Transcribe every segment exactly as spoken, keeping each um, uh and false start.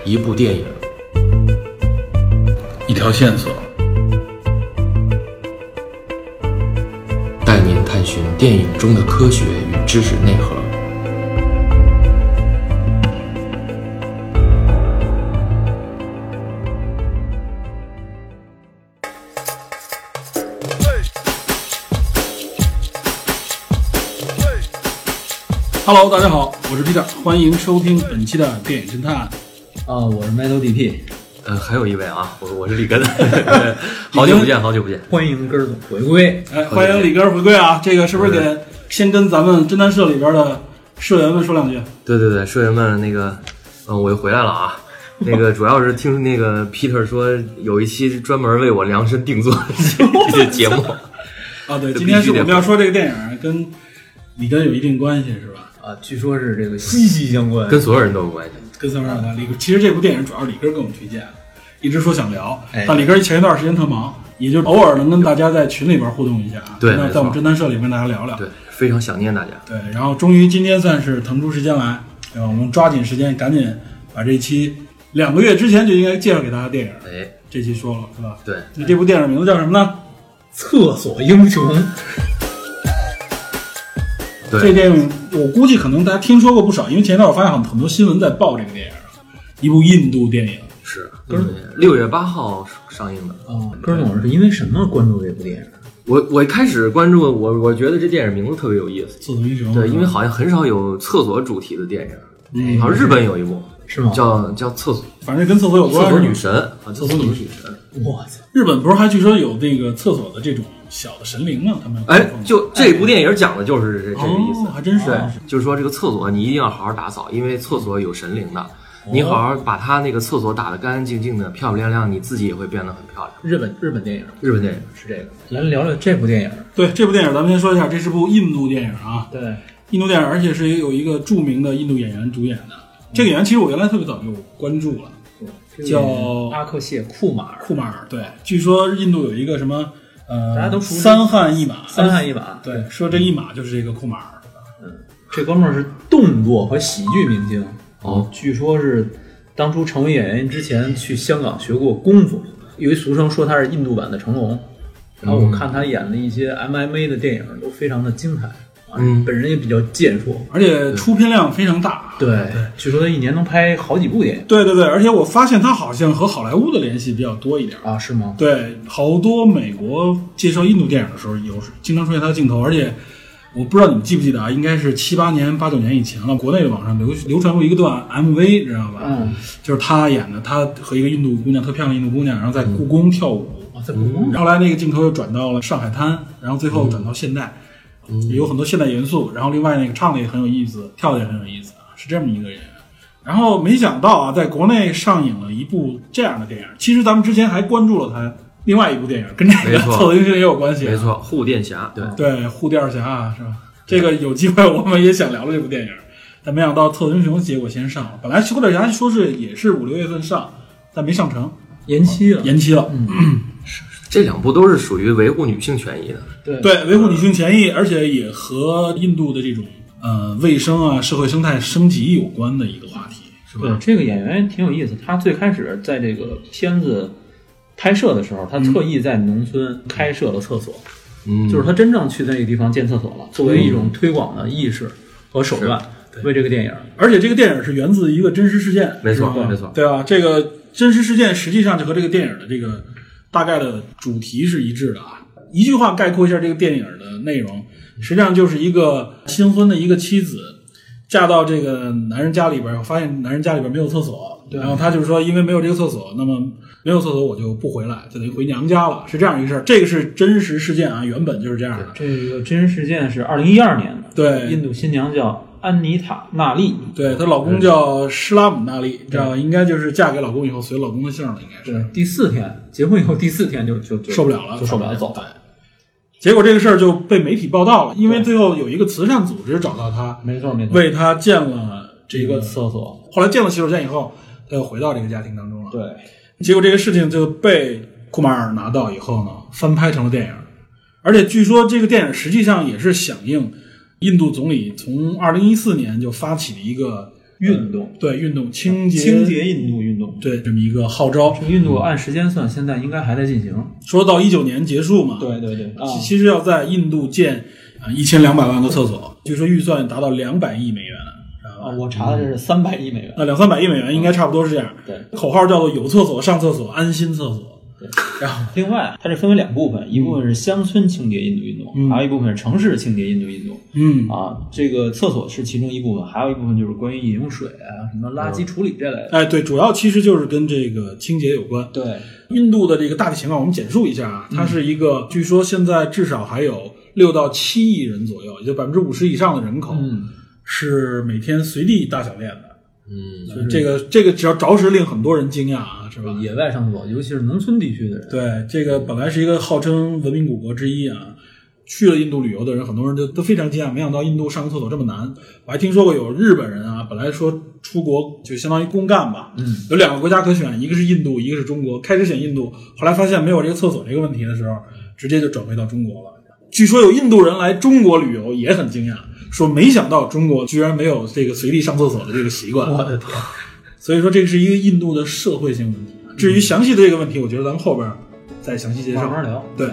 一部电影， 一条线索， 带您探寻电影中的科学与知识内核。 Hello， 大家好，我是 Peter， 欢迎收听本期的电影侦探。 啊，我是 Metal D P。 呃，还有一位啊，我我是李根，好久不见，好久不见， 欢迎根儿总回归。 哎，欢迎李根回归啊！这个是不是给先跟咱们侦探社里边的社员们说两句？ 对对对，社员们，那个，嗯，我又回来了啊。那个主要是听那个 Peter 说有一期专门为我量身定做的这些节目。 啊，对，今天是我们要说这个电影跟李根有一定关系，是吧？ 啊，据说是这个息息相关， 跟所有人都有关系。 跟所有人有关系。其实这部电影主要是李根给我们推荐的，一直说想聊， 哎、 但李根前一段时间特忙，也就偶尔能跟大家在群里边互动一下。 对， 那在我们侦探社里跟大家聊聊。 对，非常想念大家。 对，然后终于今天算是腾出时间来，对吧？我们抓紧时间，赶紧把这一期两个月之前就应该介绍给大家的电影， 哎， 这期说了，是吧？ 对。 那这部电影名字叫什么呢？ 厕所英雄。 这电影我估计可能大家听说过不少，因为前一段我发现很多新闻在报这个电影，一部印度电影， 是六月八号上映的。 哦，根儿总是因为什么关注这部电影？ 我我一开始关注我，我觉得这电影名字特别有意思， 厕所英雄。 对，因为好像很少有厕所主题的电影， 嗯， 好像日本有一部， 是吗？ 叫叫厕所， 反正跟厕所有关。 厕所女神啊， 厕所女神。 我操！ 日本不是还据说有这个厕所的这种小的神灵吗？他们哎，就这部电影讲的就是这、哎、这个意思， 哦、还真是。 对，就是说这个厕所你一定要好好打扫，因为厕所有神灵的。哦、你好好把它那个厕所打得干干净净的、漂漂亮亮，你自己也会变得很漂亮。 日本日本电影， 日本电影是这个。来聊聊这部电影。 对，这部电影咱们先说一下，这是部印度电影啊。 对， 印度电影，而且是有一个著名的印度演员主演的。这个演员其实我原来特别早就关注了。叫阿克谢库马尔， 库马尔对，据说印度有一个什么呃， 大家都熟悉三汉一马， 三汉一马， 对，说这一马就是这个库马尔， 嗯，这哥们儿是动作和喜剧明星哦， 据说是当初成为演员之前去香港学过功夫，有一俗称说他是印度版的成龙，然后我看他演的一些 M M A 的电影都非常的精彩。 嗯， 本人也比较健硕， 而且出片量非常大。 对，对据说他一年能拍好几部电影。 对对对，而且我发现他好像和好莱坞的联系比较多一点啊？是吗？ 对，好多美国介绍印度电影的时候，有经常出现他的镜头，而且我不知道你们记不记得啊？应该是七八年、八九年以前了。国内的网上流流传过一个段 M V， 知道吧？ 嗯， 就是他演的，他和一个印度姑娘，特漂亮印度姑娘，然后在故宫跳舞。 啊，在故宫。 后来那个镜头又转到了上海滩，然后最后转到现代。嗯，有很多现代元素，然后另外那个唱的也很有意思，跳的也很有意思啊，是这么一个人。然后没想到啊，在国内上映了一部这样的电影。其实咱们之前还关注了他另外一部电影，跟这个厕所英雄也有关系、啊。 没错，护垫侠，对对，护垫侠啊，是吧？这个有机会我们也想聊聊这部电影，但没想到厕所英雄结果先上了。本来护垫侠说是也是五六月份上，但没上成， 延期了， 延期了。 嗯。 是这两部都是属于维护女性权益的， 对对，维护女性权益，而且也和印度的这种呃卫生啊、社会生态升级有关的一个话题，是吧？ 对，这个演员挺有意思。他最开始在这个片子拍摄的时候，他特意在农村开设了厕所， 嗯， 就是他真正去那个地方建厕所了，作为一种推广的意识和手段，为这个电影。 而且这个电影是源自一个真实事件， 没错，没错， 对吧？这个真实事件实际上就和这个电影的这个大概的主题是一致的啊，一句话概括一下这个电影的内容，实际上就是一个新婚的一个妻子嫁到这个男人家里边，发现男人家里边没有厕所，然后他就是说，因为没有这个厕所，那么没有厕所我就不回来，就等于回娘家了，是这样一个事儿。这个是真实事件啊，原本就是这样的。 这个真实事件是二零一二年的， 对， 印度新娘叫安妮塔·纳利， 对，她老公叫施拉姆纳利，知道吧？应该就是嫁给老公以后随老公的姓了，应该是。 第四天结婚以后，第四天就就就受不了了， 就受不了走了。结果这个事儿就被媒体报道了，因为最后有一个慈善组织找到他， 没错没错， 为他建了这个厕所。 后来建了洗手间以后，他又回到这个家庭当中了。 对， 结果这个事情就被库马尔拿到以后呢，翻拍成了电影，而且据说这个电影实际上也是响应印度总理从二零一四年就发起的一个运动， 对运动清洁清洁印度运动， 动。 对，这么一个号召。 这个运动按时间算，现在应该还在进行。 说到一九年结束嘛， 对对对，啊， 其实要在印度建啊一千两百万个厕所，据说预算达到两百亿美元。 啊，我查的这是三百亿美元。 那两三百亿美元应该差不多是这样。 对， 口号叫做有厕所上厕所，安心厕所。 对，然后另外它这分为两部分，一部分是乡村清洁印度运动， 嗯、 还有一部分是城市清洁印度运动。 嗯啊，这个厕所是其中一部分，还有一部分就是关于饮用水啊、什么垃圾处理这类的。 哎，对，主要其实就是跟这个清洁有关。 对， 印度的这个大体情况我们简述一下啊，它是一个、嗯、据说现在至少还有六到七亿人左右，也就百分之五十以上的人口。 嗯。 是每天随地大小便的， 嗯， 所以这个这个只要着实令很多人惊讶啊，是吧？ 野外上厕所，尤其是农村地区的人。 对，这个本来是一个号称文明古国之一啊，去了印度旅游的人，很多人都都非常惊讶，没想到印度上个厕所这么难。我还听说过有日本人啊，本来说出国就相当于公干吧， 嗯， 有两个国家可选，一个是印度，一个是中国。开始选印度，后来发现没有这个厕所这个问题的时候，直接就转回到中国了。据说有印度人来中国旅游也很惊讶。说没想到中国居然没有这个随地上厕所的这个习惯， 我的天！ 所以说这个是一个印度的社会性问题。至于详细的这个问题，我觉得咱们后边再详细介绍， 慢慢聊。 对。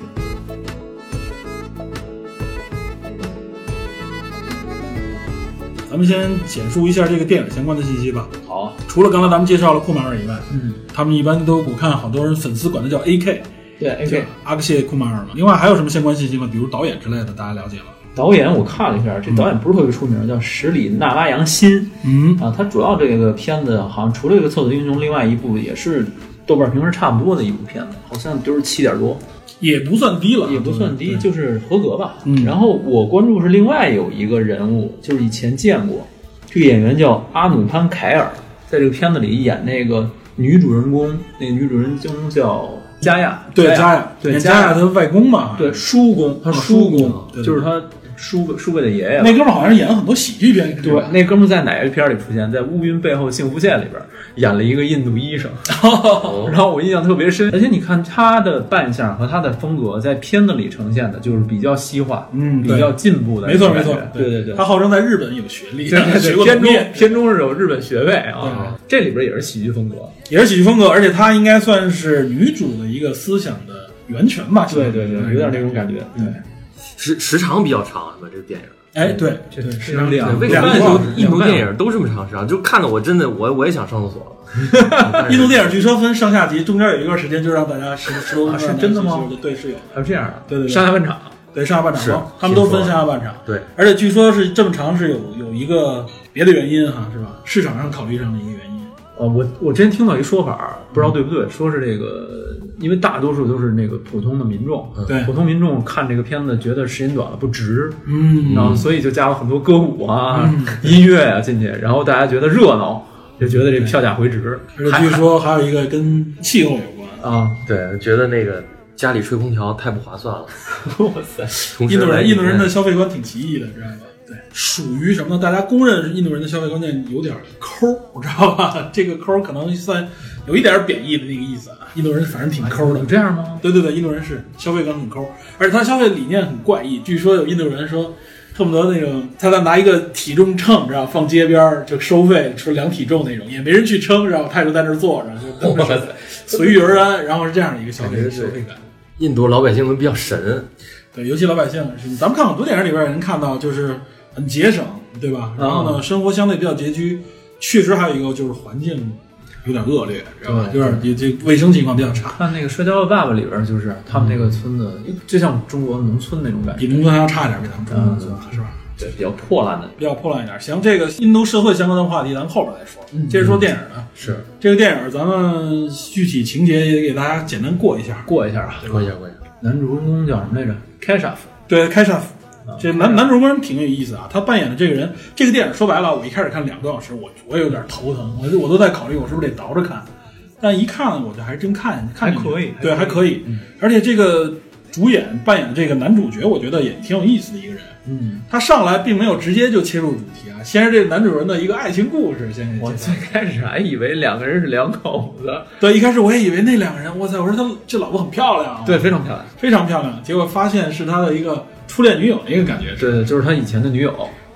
咱们先简述一下这个电影相关的信息吧。 好， 除了刚才咱们介绍了库马尔以外， 嗯， 他们一般都我看好多人粉丝管他叫 A K， 对 A K 阿克谢库马尔嘛。另外还有什么相关信息吗？比如导演之类的，大家了解了。 导演我看了一下，这导演不是特别出名，叫十里纳拉扬辛。 嗯啊，他主要这个片子好像除了这个《厕所英雄》，另外一部也是豆瓣评分差不多的一部片子，好像都是七点多， 也不算低了， 也不算低，就是合格吧。 嗯。 然后我关注是另外有一个人物，就是以前见过，这个演员叫阿努潘凯尔，在这个片子里演那个女主人公，那个女主人公叫加亚， 对加亚， 对加亚他外公嘛， 对叔公，他叔公， 对对就是他。叔叔辈的爷爷， 那哥们儿好像是演了很多喜剧片。 对，那哥们儿在哪个片里出现？在《乌云背后幸福线》里边演了一个印度医生，然后我印象特别深。而且你看他的扮相和他的风格，在片子里呈现的就是比较西化， 嗯， 比较进步的。 没错没错， 对对对。 他号称在日本有学历， 对对对，片中片中是有日本学位啊。 这里边也是喜剧风格， 也是喜剧风格，而且他应该算是女主的一个思想的源泉吧？ 对对对，有点那种感觉。对， 时时长比较长，是吧？这个电影。 哎，对， 这对， 是两为什么印度印度电影都这么长时长？就看的我真的，我我也想上厕所了。 印度电影据说分上下集，中间有一段时间就让大家十十多分钟， 是真的吗？ 对，是有， 还有这样的， 对对对， 上下半场， 对上下半场， 是他们都分上下半场。 对， 而且据说是这么长是有有一个别的原因哈，是吧？市场上考虑上的一个原因。 呃，我我之前听到一说法，不知道对不对，说是这个，因为大多数都是那个普通的民众， 对， 普通民众看这个片子觉得时间短了不值， 嗯， 然后所以就加了很多歌舞啊、 嗯、 音乐啊进去，然后大家觉得热闹，就觉得这票价回值。 而且据说还有一个跟气候有关啊， 对，觉得那个家里吹空调太不划算了。 哇塞， 印度人印度人的消费观挺奇异的，知道吧？对，属于什么呢？大家公认印度人的消费观念有点抠，知道吧？这个抠可能算有一点贬义的那个意思啊。印度人反正挺抠的， 有这样吗？ 对对对，印度人是消费观很抠，而且他消费理念很怪异。据说有印度人说，恨不得那种他在拿一个体重秤，知道放街边就收费，说量体重那种，也没人去称，然后他就在那儿坐着，就跟着随遇而安，然后是这样的一个消费消费感。 印度老百姓都比较神， 对，尤其老百姓是，咱们看很多电影里边也能看到，就是很节省，对吧？然后呢， 嗯、 生活相对比较拮据，确实还有一个就是环境有点恶劣，知道吧？有点这卫生情况比较差。 看那个《摔跤的爸爸》里边，就是他们那个村子，嗯、就像中国农村那种感觉， 比农村还要差一点，比咱们中国农村、嗯、是吧？ 对，比较破烂的， 比较破烂一点。行，这个印度社会相关的话题，咱们后边再说。嗯、接着说电影呢， 是这个电影，咱们具体情节也给大家简单过一下， 过一下啊， 过一下，过一下。 男主人公叫什么来着？开沙夫。 对，开沙夫。这男男主人公挺有意思啊，他扮演的这个人，这个电影说白了，我一开始看两个多小时，我我也有点头疼，我我都在考虑我是不是得倒着看，但一看我就还真看看还可以， 对，还可以， 嗯、 而且这个主演扮演的这个男主角，我觉得也挺有意思的一个人。 嗯， 他上来并没有直接就切入主题啊，先是这个男主人的一个爱情故事，先是。 我最开始还以为两个人是两口子， 对，一开始我也以为那两个人，哇塞，我说他这老婆很漂亮， 对，非常漂亮， 非常漂亮，结果发现是他的一个初恋女友的一个感觉， 对，就是他以前的女友。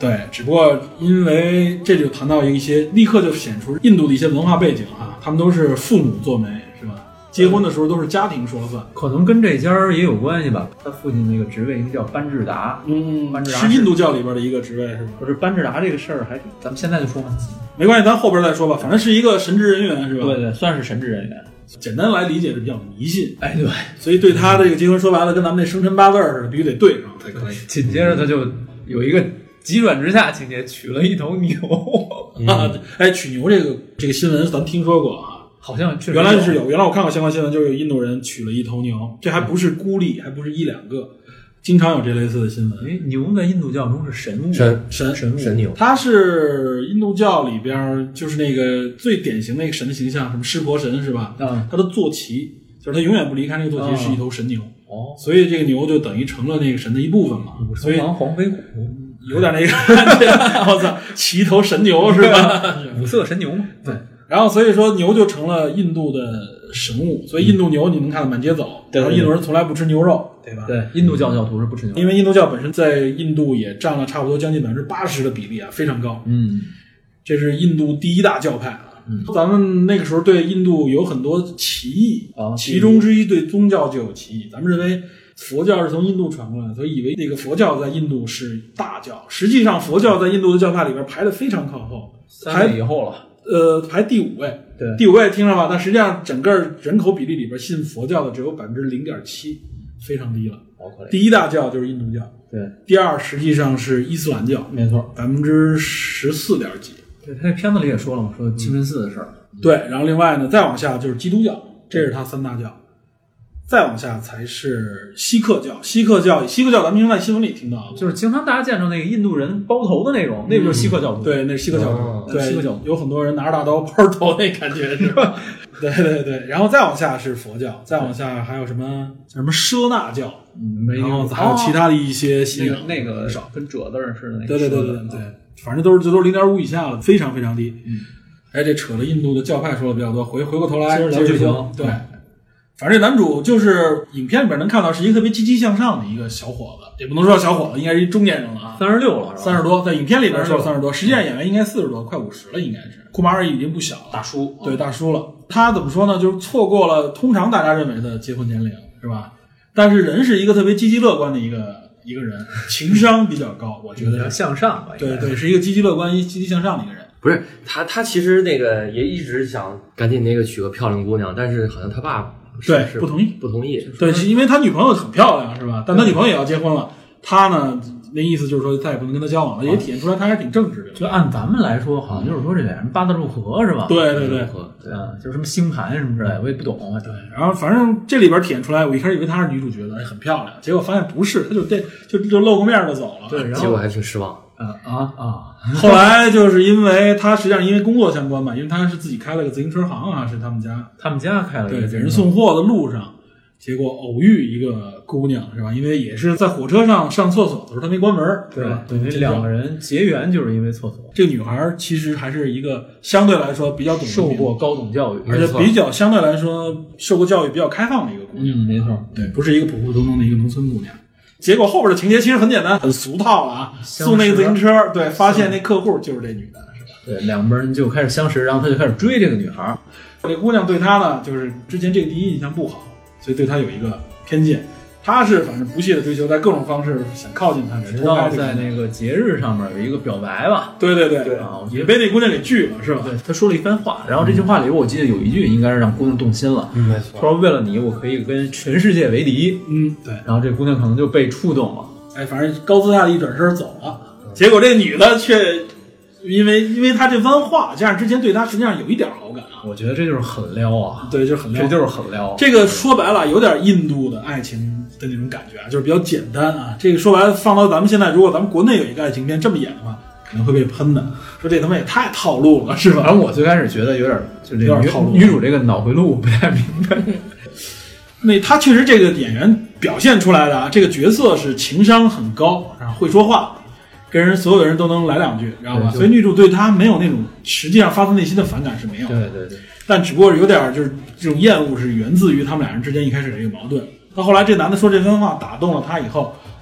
对，只不过因为这就谈到一些，立刻就显出印度的一些文化背景啊，他们都是父母做媒，是吧？结婚的时候都是家庭说了算， 可能跟这家也有关系吧。他父亲那个职位应该叫班智达， 嗯， 班智达是印度教里边的一个职位，是吧？ 不是班智达这个事儿，还咱们现在就说嘛， 没关系，咱后边再说吧。反正是一个神职人员，是吧？ 对对，算是神职人员。 简单来理解是比较迷信， 哎，对， 所以对他的这个结婚说白了，跟咱们那生辰八字似的，必须得对上才可以。 紧接着他就有一个急转直下情节，娶了一头牛。 嗯、啊，哎，娶牛这个这个新闻咱听说过啊。 好像确实原来是有，原来我看过相关新闻，就是有印度人娶了一头牛，这还不是孤立，还不是一两个，经常有这类似的新闻。 因为牛在印度教中是神物， 神神神物神牛， 它是印度教里边就是那个最典型的一个神的形象，什么湿婆神是吧？ 嗯， 他的坐骑就是他永远不离开那个坐骑，是一头神牛。 哦， 所以这个牛就等于成了那个神的一部分嘛。所以黄飞虎有点那个感觉，我操，骑一头神牛是吧？ 五色神牛嘛， 对。然后所以说牛就成了印度的神物，所以印度牛你能看到满街走。 对， 然后印度人从来不吃牛肉，对吧？ 对，印度教教徒是不吃牛肉， 因为印度教本身在印度也占了差不多将近百分之八十的比例啊，非常高。 嗯， 这是印度第一大教派啊。嗯，咱们那个时候对印度有很多歧义， 啊， 其中之一对宗教就有歧义。咱们认为佛教是从印度传过来的，所以以为那个佛教在印度是大教。实际上，佛教在印度的教派里边排得非常靠后， 三位以后了。 呃，排第五位， 对， 第五位听着吧，但实际上整个人口比例里边信佛教的只有百分之零点七，非常低了。第一大教就是印度教， 对， 第二实际上是伊斯兰教， 没错， 百分之十四点几。 对，他这片子里也说了嘛，说清真寺的事儿。 对，然后另外呢，再往下就是基督教，这是他三大教。再往下才是锡克教，锡克教，锡克教咱们经常在新闻里听到， 就是经常大家见着那个印度人包头的那种，那就是锡克教徒。 对，那是锡克教徒。 哦、 对， 锡克教徒有很多人拿着大刀包头那感觉是吧？对对对。然后再往下是佛教，再往下还有什么什么舍那教， 嗯，没然后还有其他的一些信仰， 哦、那个少跟褶子似的那个。 对对对对对，反正都是这都是零点五以下了，非常非常低。 嗯， 哎，这扯了印度的教派说的比较多，回回过头来聊剧情。 对。反正这男主就是影片里边能看到是一个特别积极向上的一个小伙子，也不能说小伙子，应该是一中年人了啊， 三十六了， 三十多，在影片里边说三十多，实际上演员应该四十多，快五十了，应该是。库马尔已经不小了， 大叔， 对大叔了。他怎么说呢？就是错过了通常大家认为的结婚年龄，是吧？但是人是一个特别积极乐观的一个一个人，情商比较高，我觉得向上吧。 对对，是一个积极乐观、积极向上的一个人。 不是他，他其实那个也一直想赶紧那个娶个漂亮姑娘，但是好像他爸。 对，不同意， 不同意。 对，因为他女朋友很漂亮，是吧？但他女朋友也要结婚了，他呢，那意思就是说再也不能跟他交往了，也体现出来他还是挺正直的。 就按咱们来说，好像就是说这俩人八字不合，是吧？ 对对对， 对啊，就是什么星盘什么之类，我也不懂。 对，然后反正这里边体现出来，我一开始以为她是女主角的，很漂亮，结果发现不是，她就这就就露个面就走了。 对，然后结果还挺失望。 啊啊啊！ 后来就是因为他实际上因为工作相关嘛，因为他是自己开了个自行车行啊，是他们家他们家开了对，给人送货的路上，结果偶遇一个姑娘是吧？因为也是在火车上上厕所的时候，他没关门， 对吧？ 对，两个人结缘就是因为厕所。 这个女孩其实还是一个相对来说比较懂受过高等教育， 而且比较相对来说受过教育比较开放的一个姑娘。 嗯，没错， 对，不是一个普普通通的一个农村姑娘。结果后边的情节其实很简单，很俗套了啊！送那个自行车，对，发现那客户就是这女的，是吧？ 对，两边人就开始相识，然后他就开始追这个女孩。 这姑娘对他呢，就是之前这个第一印象不好，所以对他有一个偏见。他是反正不懈的追求，在各种方式想靠近他， 直到在那个节日上面有一个表白吧。 对对对对啊， 也被那姑娘给拒了，是吧？ 对，他说了一番话，然后这句话里我记得有一句应该是让姑娘动心了。 嗯，没错。 他说为了你，我可以跟全世界为敌。 嗯，对。 然后这姑娘可能就被触动了。 哎，反正高姿态的一转身走了，结果这女的却因为因为他这番话，加上之前对他实际上有一点好感啊， 我觉得这就是狠撩啊， 对，就是狠撩， 这就是狠撩。 这个说白了有点印度的爱情的那种感觉啊，就是比较简单啊。这个说白了放到咱们现在，如果咱们国内有一个爱情片这么演的话，可能会被喷的，说这他妈也太套路了，是吧？ 反正我最开始觉得有点就这有点套路， 女主这个脑回路不太明白。 那他确实这个演员表现出来的啊，这个角色是情商很高，然后会说话，跟人所有的人都能来两句，知道吧？所以女主对他没有那种实际上发自内心的反感是没有的， 对对对。 但只不过有点就是这种厌恶是源自于他们俩人之间一开始的一个矛盾。到后来这男的说这番话打动了他以后，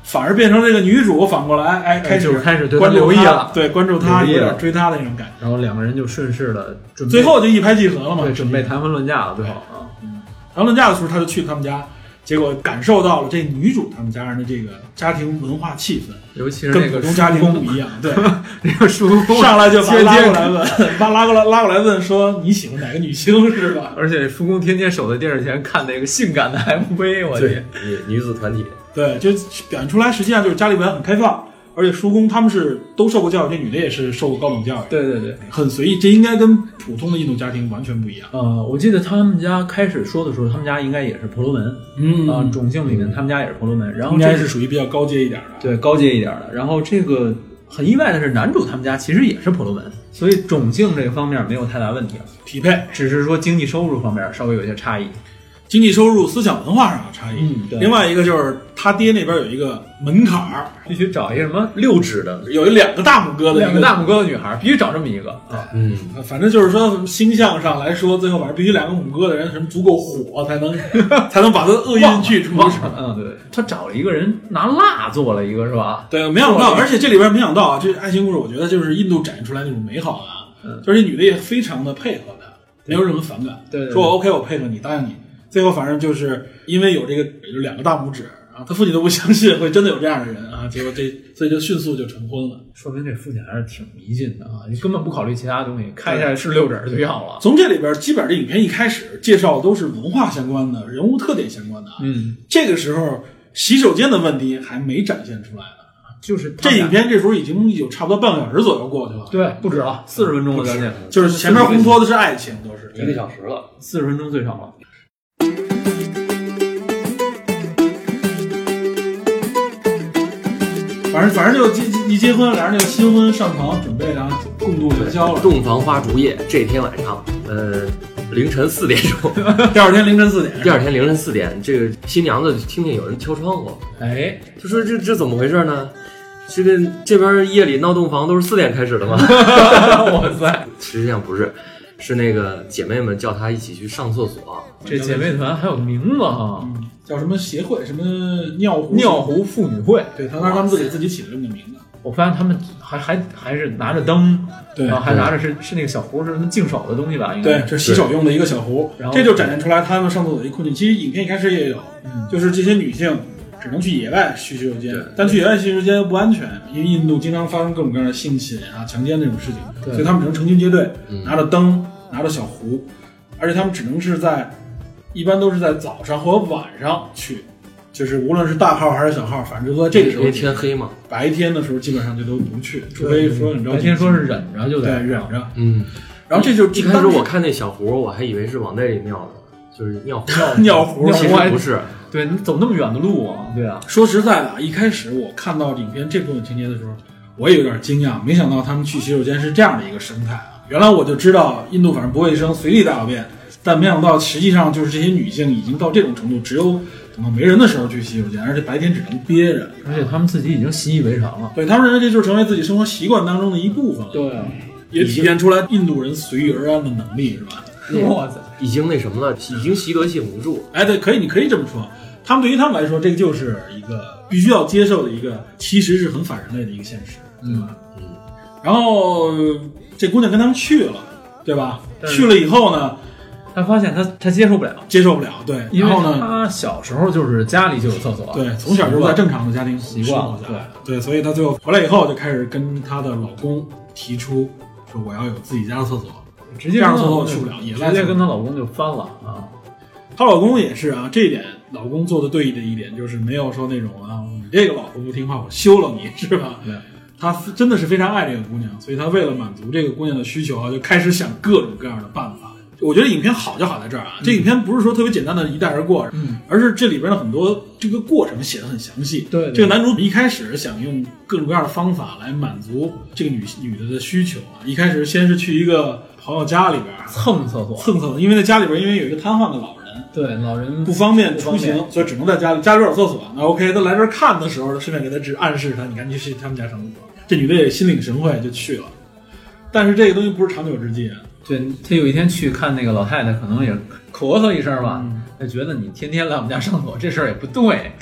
反而变成这个女主反过来，哎，开始开始对关注留意了， 对，关注他，有点追他的那种感觉。 然后两个人就顺势的准备， 最后就一拍即合了嘛， 对，准备谈婚论嫁了，最后啊， 嗯，谈婚论嫁的时候，他就去他们家。结果感受到了这女主他们家人的这个家庭文化气氛， 尤其是那个跟普通家庭不一样。对， 那个叔公上来就把拉过来问，把拉过来拉过来问说你喜欢哪个女星是吧？ 而且叔公天天守在电视前看那个性感的 M V， 我天， 女女子团体， 对，就表现出来实际上就是家里边很开放。而且叔公他们是都受过教育，这女的也是受过高等教育， 对对对， 很随意，这应该跟普通的印度家庭完全不一样。 呃，我记得他们家开始说的时候，他们家应该也是婆罗门， 嗯啊、呃，种姓里面他们家也是婆罗门，然后应该是属于比较高阶一点的， 对，高阶一点的。然后这个很意外的是，男主他们家其实也是婆罗门，所以种姓这个方面没有太大问题了， 匹配， 只是说经济收入方面稍微有一些差异。 经济收入、思想文化上有差异。 嗯，对。 另外一个就是他爹那边有一个门槛儿， 必须找一个什么六指的， 有一两个大拇哥的， 两个大拇哥的女孩，必须找这么一个啊。 嗯， 反正就是说星象上来说，最后反正必须两个拇哥的人，什么足够火才能才能把他厄运去除。 嗯，对，他找了一个人拿蜡做了一个，是吧？ 对，没想到，而且这里边没想到啊，这爱情故事，我觉得就是印度展现出来那种美好的啊，嗯、就是这女的也非常的配合他，没有任何反感， 对对对， 说我 OK， 我配合你，答应你。最后反正就是因为有这个有两个大拇指，然后他父亲都不相信会真的有这样的人啊，结果这所以就迅速就成婚了。 说明这父亲还是挺迷信的啊，你根本不考虑其他东西，看一下是六指就要了。 从这里边基本上这影片一开始介绍的都是文化相关的、人物特点相关的啊， 嗯， 这个时候洗手间的问题还没展现出来呢。 就是这影片这时候已经有差不多半个小时左右过去了， 对，不止了，四十分钟了将近， 就是前面烘托的是爱情，都是一个小时了， 四十分钟最少了。 反正反正就结一结婚，俩人就新婚上床，准备然后共度元宵了。 洞房花烛夜，这天晚上，呃，凌晨四点钟， 第二天凌晨四点， 第二天凌晨四点，这个新娘子听见有人敲窗户， 哎， 就说这这怎么回事呢？这个这边夜里闹洞房都是四点开始的吗？ 哇塞， 实际上不是，是那个姐妹们叫她一起去上厕所。 这姐妹团还有名字哈、 嗯，叫什么协会？什么尿壶尿壶妇女会？ 对，他让他们自己自己起了这么个名字。 我发现他们还还还是拿着灯， 对， 然后还拿着是是那个小壶，是什么净手的东西吧？应该对，这是洗手用的一个小壶。 然后这就展现出来他们上厕所的一困境。其实影片一开始也有， 嗯、 就是这些女性只能去野外去洗手间，但去野外洗手间又不安全，因为印度经常发生各种各样的性侵啊、强奸这种事情，所以他们只能成群结队， 嗯、 拿着灯，拿着小壶，而且他们只能是在，一般都是在早上或者晚上去。就是无论是大号还是小号，反正就在这个时候， 因为天黑嘛， 白天的时候基本上就都不去，除非说很着急。 白天说是忍着就得对忍着， 嗯。 然后这就一开始我看那小壶，我还以为是往那里尿的，就是尿壶尿壶， 其实不是。 对你走那么远的路啊，对啊。 说实在的啊，一开始我看到影片这部分情节的时候，我也有点惊讶，没想到他们去洗手间是这样的一个生态啊。原来我就知道印度反正不卫生，随地大小便，但没想到实际上就是这些女性已经到这种程度，只有等到没人的时候去洗手间，而且白天只能憋着， 而且他们自己已经习以为常了。 对，他们认为这就成为自己生活习惯当中的一部分了。 对啊， 也体现出来印度人随遇而安的能力，是吧？ 哇塞， 已经那什么了，已经习得性无助。 哎，对，可以，你可以这么说。他们对于他们来说，这个就是一个必须要接受的一个，其实是很反人类的一个现实，对吧？ 嗯。 然后这姑娘跟他们去了，对吧？去了以后呢？ 他发现他他接受不了， 接受不了，对。 因为然后呢， 他小时候就是家里就有厕所， 对，从小就在正常的家庭习惯了， 对对，所以他最后回来以后就开始跟她的老公提出说我要有自己家的厕所， 直接这样厕所去不了，也直接跟她老公就翻了啊。 她老公也是啊，这一点老公做的对的一点就是没有说那种啊，你这个老婆不听话，我休了你，是吧？ 对。 他真的是非常爱这个姑娘，所以他为了满足这个姑娘的需求啊，就开始想各种各样的办法。我觉得影片好就好在这儿啊，嗯、这影片不是说特别简单的一带而过， 嗯， 而是这里边的很多这个过程写得很详细。 对，对这个男主一开始想用各种各样的方法来满足这个女女的的需求啊，一开始先是去一个朋友家里边蹭厕所， 蹭厕所，因为在家里边因为有一个瘫痪的老人。 对，老人不方便出行，所以只能在家里。家里有厕所，那 OK。他来这儿看的时候，顺便给他只暗示他，你赶紧去他们家上厕所。这女的也心领神会，就去了。但是这个东西不是长久之计啊。 对，他有一天去看那个老太太，可能也咳嗽一声吧，他、嗯、觉得你天天来我们家上厕所，这事儿也不对。 对，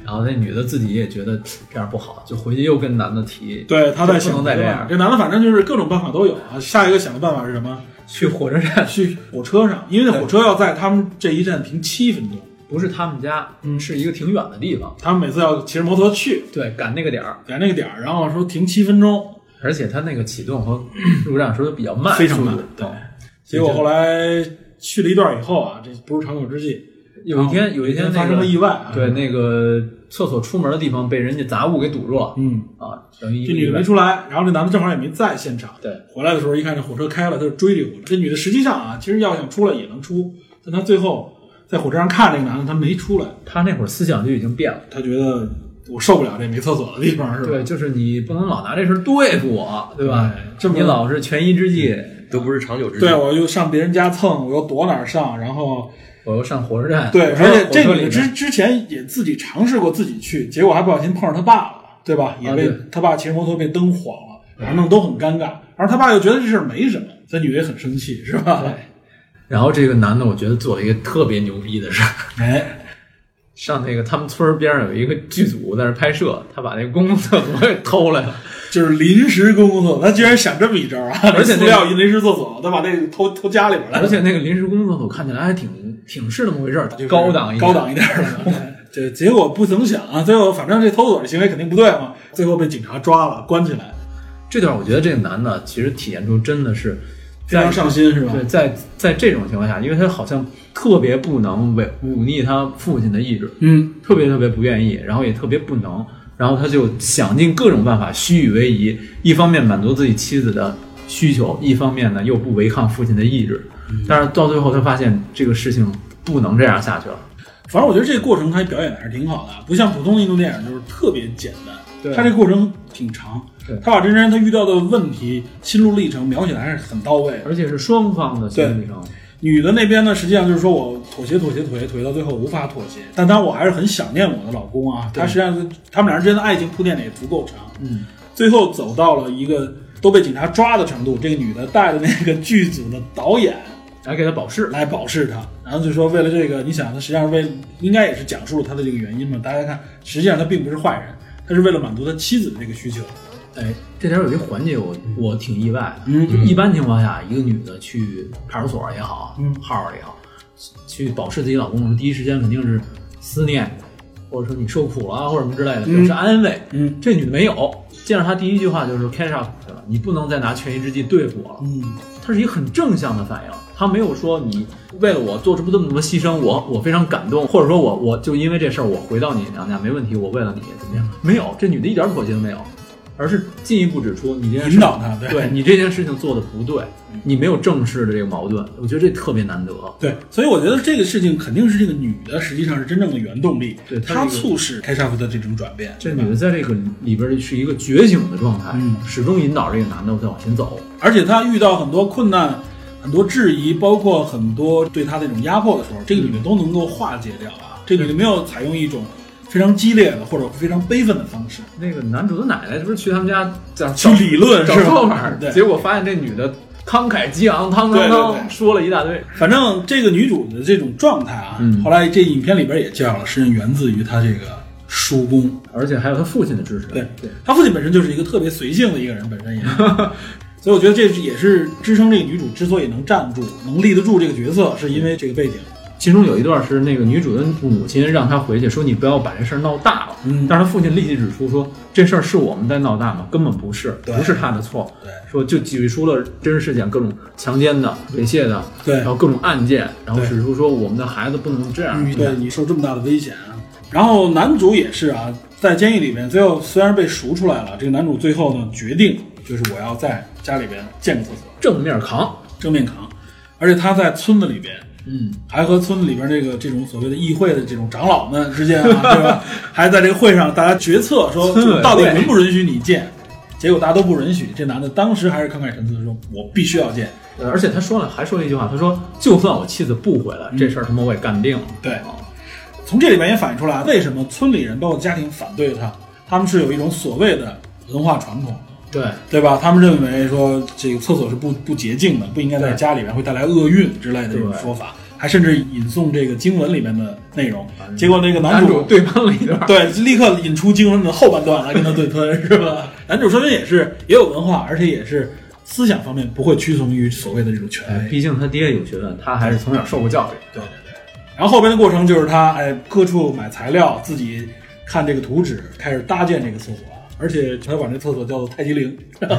然后那女的自己也觉得这样不好，就回去又跟男的提， 对，他在想不能再这样。 这男的反正就是各种办法都有啊。下一个想的办法是什么？ 去火车站， 去火车上，因为那火车要在他们这一站停七分钟， 不是他们家， 嗯， 是一个挺远的地方。 他们每次要骑着摩托去， 对，赶那个点儿， 赶那个点儿，然后说停七分钟， 而且他那个启动和入站时候都比较慢， 非常慢。对， 哦、 结果后来去了一段以后啊，这不是长久之计。 有一天，有一天、那个、 发生了意外、啊， 对，那个厕所出门的地方被人家杂物给堵住了， 嗯啊，等于这女的没出来，然后这男的正好也没在现场， 对， 回来的时候一看这火车开了，他就追这火车。这女的实际上啊，其实要想出来也能出，但她最后在火车上看这个男的，他没出来， 他那会儿思想就已经变了， 他觉得我受不了这没厕所的地方，是吧？ 对，就是你不能老拿这事对付我，对吧？ 这么你老是权宜之计， 都不是长久之计。 对，我又上别人家蹭，我又躲哪儿上，然后。 我又上火车站， 对，而且这女的之之前也自己尝试过自己去，结果还不小心碰上他爸了，对吧？也被、啊、他爸骑着摩托被灯晃了，反正弄都很尴尬。而他爸又觉得这事儿没什么，这女的也很生气，是吧？ 对。然后这个男的，我觉得做了一个特别牛逼的事儿， 哎， 上那个他们村边上有一个剧组在那拍摄，他把那个公共厕所给偷来了。 就是临时公共厕所，他居然想这么一招啊！而且塑料临时厕所，他把那个偷偷家里边来。 而且那个临时公共厕所看起来还挺挺是那么回事儿， 就是高档一高档一点的。这结果不曾想啊，最后反正这偷锁的行为肯定不对嘛，最后被警察抓了，关起来。 这段我觉得这个男的其实体现出真的是非常上心，是吧？ 对，在在这种情况下，因为他好像特别不能违忤逆他父亲的意志， 嗯， 特别特别不愿意，然后也特别不能。然后他就想尽各种办法虚与委蛇，一方面满足自己妻子的需求，一方面呢又不违抗父亲的意志。但是到最后他发现这个事情不能这样下去了。 反正我觉得这个过程他表演的还是挺好的，不像普通的印度电影就是特别简单。 对， 他这个过程挺长，他把真人他遇到的问题、心路历程描写的还是很到位， 而且是双方的心路历程。 女的那边呢，实际上就是说我妥协妥协妥协妥协到最后无法妥协，但当然我还是很想念我的老公啊。他实际上他们俩之间的爱情铺垫的也足够长， 嗯， 最后走到了一个都被警察抓的程度。这个女的带的那个剧组的导演来给他保释， 来保释他，然后就说为了这个，你想他实际上为应该也是讲述了他的这个原因嘛。大家看，实际上他并不是坏人，他是为了满足他妻子的这个需求。 哎，这点有一个环节我我挺意外的， 嗯， 就一般情况下，一个女的去派出所也好， 嗯， 号也好，去保释自己老公，第一时间肯定是思念，或者说你受苦了或者什么之类的，表示安慰。 嗯， 这女的没有，见着她第一句话就是 catch up 去了，你不能再拿权宜之计对付我了。 嗯， 她是一个很正向的反应，她没有说你为了我做出这么多牺牲，我我非常感动，或者说我我就因为这事儿我回到你娘家没问题，我为了你怎么样？没有，这女的一点妥协都没有。而是进一步指出你这件事引导他，对， 对你这件事情做的不对，你没有正视的这个矛盾，我觉得这特别难得。 对，所以我觉得这个事情肯定是这个女的实际上是真正的原动力， 对， 她促使开沙夫的这种转变。 这女的在这个里边是一个觉醒的状态， 嗯， 始终引导这个男的在往前走， 而且她遇到很多困难、很多质疑，包括很多对她那种压迫的时候，这个女的都能够化解掉啊。这个女的没有采用一种非常激烈的或者非常悲愤的方式。 那个男主的奶奶是不是去他们家讲去理论找说法， 对， 结果发现这女的慷慨激昂，汤汤汤说了一大堆。 反正这个女主的这种状态啊， 嗯、 后来这影片里边也介绍了，实际上源自于她这个叔公， 而且还有她父亲的支持。 对对，她父亲本身就是一个特别随性的一个人，本身也。所以我觉得这也是支撑这个女主之所以能站住、能立得住这个角色，是因为这个背景。 其中有一段是那个女主的母亲让她回去说你不要把这事儿闹大了， 嗯， 但是她父亲立即指出说这事儿是我们在闹大吗？根本不是，不是他的错。 对， 说就举出了真实事件，各种强奸的、猥亵的， 对， 然后各种案件，然后指出说我们的孩子不能这样， 对你受这么大的危险啊。然后男主也是啊，在监狱里面，最后虽然被赎出来了，这个男主最后呢决定就是我要在家里边建个厕所， 正面扛， 正面扛，而且他在村子里边。 嗯， 还和村子里边这个这种所谓的议会的这种长老们之间啊，对吧？还在这个会上大家决策说，就到底允不允许你建？结果大家都不允许。这男的当时还是慷慨陈词的说：“我必须要建。” 而且他说了，还说了一句话，他说：“就算我妻子不回来，嗯、这事儿他妈我也干定了。” 对，从这里面也反映出来，为什么村里人包括家庭反对他？他们是有一种所谓的文化传统。 对对吧？他们认为说这个厕所是不不洁净的，不应该在家里面，会带来厄运之类的这种说法。 还甚至引诵这个经文里面的内容。结果那个男主对喷了一段， 对，立刻引出经文的后半段来跟他对喷，是吧？男主说明也是也有文化，而且也是思想方面不会屈从于所谓的这种权威。 哎，毕竟他爹有学问，他还是从小受过教育。 对对对。然后后边的过程就是他哎各处买材料，自己看这个图纸，开始搭建这个厕所，而且他把这厕所叫做太极陵。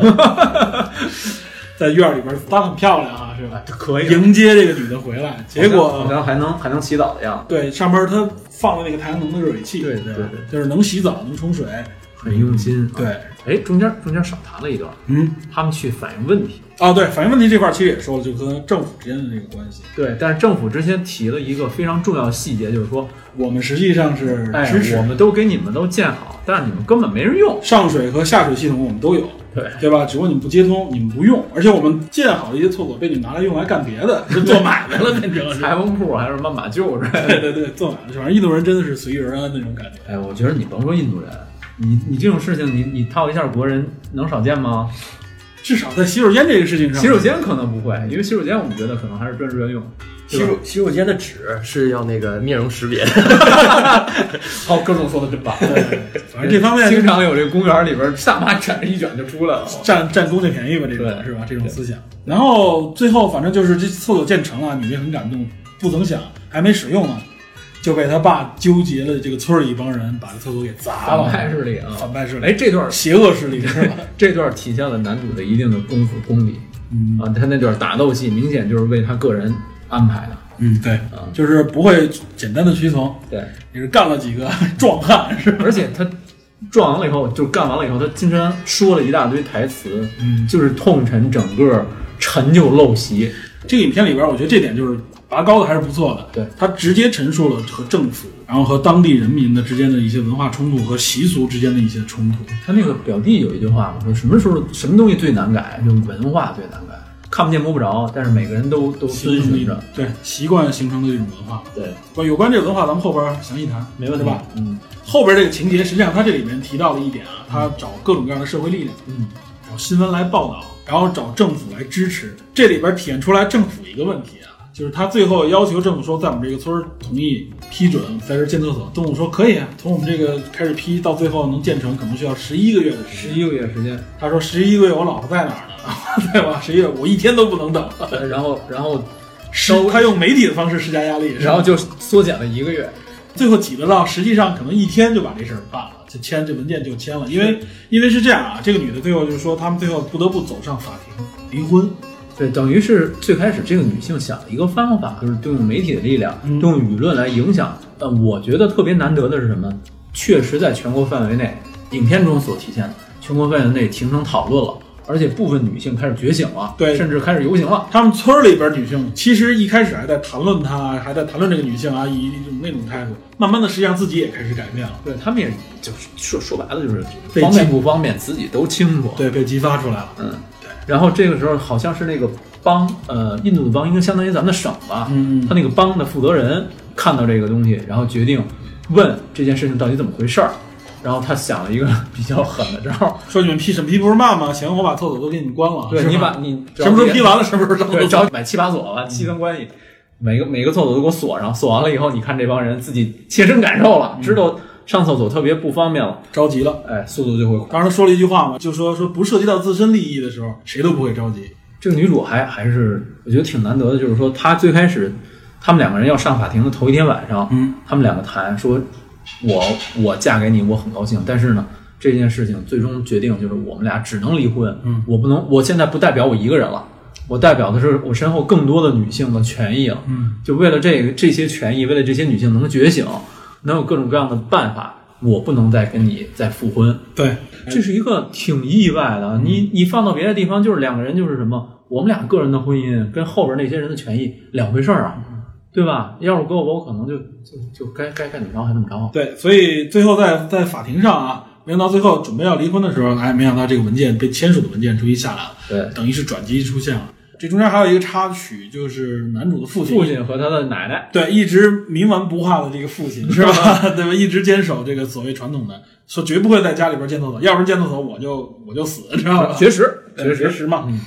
在院里边搭很漂亮啊，是吧？ 可以迎接这个女的回来，结果然后还能还能洗澡的样子。 对，上边他放了那个太阳能的热水器， 对对对， 就是能洗澡能冲水， 很用心。 对， 哎，中间中间少谈了一段， 嗯， 他们去反映问题。 哦，对，反映问题这块其实也说了，就跟政府之间的这个关系。 对，但是政府之前提了一个非常重要的细节，就是说我们实际上是哎支持， 我们都给你们都建好，但是你们根本没人用， 上水和下水系统我们都有。 对对吧？只不过你们不接通，你们不用，而且我们建好的一些厕所被你们拿来用来干别的，是做买卖了，变成裁缝铺还是什么马厩之类的。 对对对，做买卖。反正印度人真的是随遇而安那种感觉。 哎，我觉得你甭说印度人，你你这种事情，你你套一下国人能少见吗？ 至少在洗手间这个事情上， 洗手间可能不会，因为洗手间我们觉得可能还是专职员用。 洗手洗手间的纸是要那个面容识别的。 好，各种说的真棒。对，反正这方面经常有这个公园里边大妈卷着一卷就出来了， 占占公家便宜吧，这种是吧？这种思想。然后最后反正就是这厕所建成了，女的很感动，不曾想还没使用呢，就被他爸纠结了这个村里一帮人把这厕所给砸了。 反派势力啊， 反派势力。 哎，这段邪恶势力是吧？ 这段体现了男主的一定的功夫功力。嗯啊，他那段打斗戏明显就是为他个人安排的。 嗯，对，啊，就是不会简单的屈从， 对， 也是干了几个壮汉，是吧？ 而且他撞完了以后，就干完了以后，他经常说了一大堆台词， 嗯， 就是痛陈整个陈旧陋习。 这个影片里边，我觉得这点就是拔高的还是不错的。 对， 他直接陈述了和政府，然后和当地人民的之间的一些文化冲突和习俗之间的一些冲突。 他那个表弟有一句话嘛，说什么时候什么东西最难改，就文化最难改。看不见摸不着，但是每个人都都遵循着， 对习惯形成的这种文化。 对， 有关这个文化，咱们后边详细谈， 没问题吧？ 嗯， 后边这个情节，实际上他这里面提到了一点啊，他找各种各样的社会力量， 嗯， 找新闻来报道，然后找政府来支持。这里边体现出来政府一个问题啊，就是他最后要求政府说，在我们这个村同意批准在这建厕所，政府说可以啊，从我们这个开始批到最后能建成，可能需要十一个月的时间。 十一个月时间， 他说十一个月我老婆在哪儿呢？对吧？十一个月我一天都不能等。 然后然后施他用媒体的方式施加压力， 然后就缩减了一个月， 最后挤得到实际上可能一天就把这事儿办了，就签这文件就签了。因为因为是这样啊，这个女的最后就是说，他们最后不得不走上法庭离婚。 对，等于是最开始这个女性想了一个方法，就是动用媒体的力量， 嗯、 动用舆论来影响。呃，我觉得特别难得的是什么？确实在全国范围内，影片中所体现的，全国范围内形成讨论了。而且部分女性开始觉醒了， 对， 甚至开始游行了。 他们村里边女性其实一开始还在谈论她，还在谈论这个女性啊，以一种那种态度。慢慢的，实际上自己也开始改变了。 对他们也就是说说白了就是方便不方便自己都清楚。 对，被激发出来了。 嗯，对。然后这个时候好像是那个邦，呃，印度的邦应该相当于咱们的省吧。 嗯， 他那个邦的负责人看到这个东西，然后决定问这件事情到底怎么回事儿。然后他想了一个比较狠的招， 说你们批审批不是慢吗？行，我把厕所都给你们关了。 对，你把你什么时候批完了，什么时候对，找买七把锁了，七层关系，每个每个厕所都给我锁上，锁完了以后，你看这帮人自己切身感受了，知道上厕所特别不方便了， 着急了， 哎，速度就会快。 当时他说了一句话嘛，就说说不涉及到自身利益的时候，谁都不会着急。 这个女主还还是我觉得挺难得的，就是说她最开始他们两个人要上法庭的头一天晚上， 嗯， 他们两个谈说。我我嫁给你，我很高兴，但是呢，这件事情最终决定就是我们俩只能离婚。 嗯， 我不能，我现在不代表我一个人了，我代表的是我身后更多的女性的权益了。 嗯， 就为了这个这些权益，为了这些女性能觉醒，能有各种各样的办法，我不能再跟你再复婚。 对， 这是一个挺意外的。嗯、你你放到别的地方，就是两个人就是什么，我们俩个人的婚姻跟后边那些人的权益两回事儿啊。对吧？要是搁我，我可能就就就该该该怎么着还怎么着。 对，所以最后在在法庭上啊，没想到最后准备要离婚的时候，哎，没想到这个文件被签署的文件终于下来了。 对， 等于是转机出现了。这中间还有一个插曲，就是男主的父亲， 父亲和他的奶奶， 对，一直冥顽不化的这个父亲是吧？对吧？一直坚守这个所谓传统的，说绝不会在家里边建厕所，要不然建厕所我就我就死，知道吧？ 绝食， 绝食嘛。 嗯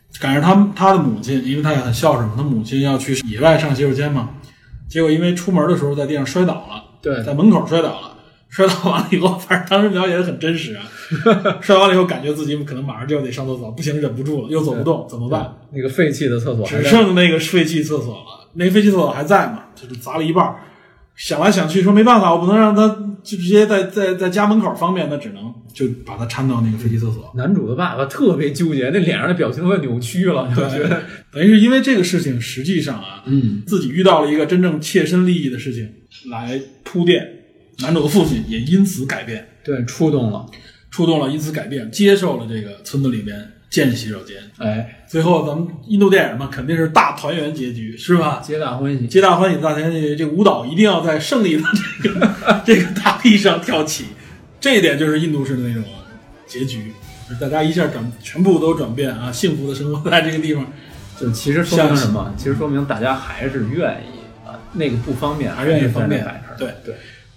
赶上他他的母亲，因为他也很孝顺嘛，他母亲要去野外上洗手间嘛，结果因为出门的时候在地上摔倒了， 对， 在门口摔倒了，摔倒完了以后，反正当时描写的很真实啊，摔完了以后感觉自己可能马上就要得上厕所，不行忍不住了，又走不动，怎么办？ 那个废弃的厕所只剩那个废弃厕所了，那个废弃厕所还在嘛，就是砸了一半。想来想去说没办法，我不能让他就直接在在在家门口方便，那只能就把他搀到那个废弃厕所。 男主的爸爸特别纠结，那脸上的表情都快扭曲了，就觉得等于是因为这个事情，实际上啊， 嗯， 自己遇到了一个真正切身利益的事情来铺垫，男主的父亲也因此改变， 对，触动了， 触动了，因此改变，接受了这个村子里边建洗手间。 哎， 最后咱们印度电影嘛，肯定是大团圆结局，是吧？ 皆大欢喜， 皆大欢喜，大团圆。这个舞蹈一定要在胜利的这个这个大地上跳起，这一点就是印度式的那种结局，就是大家一下转全部都转变啊，幸福的生活在这个地方。 就其实说明什么？其实说明大家还是愿意啊，那个不方便， 还愿意方便，对对。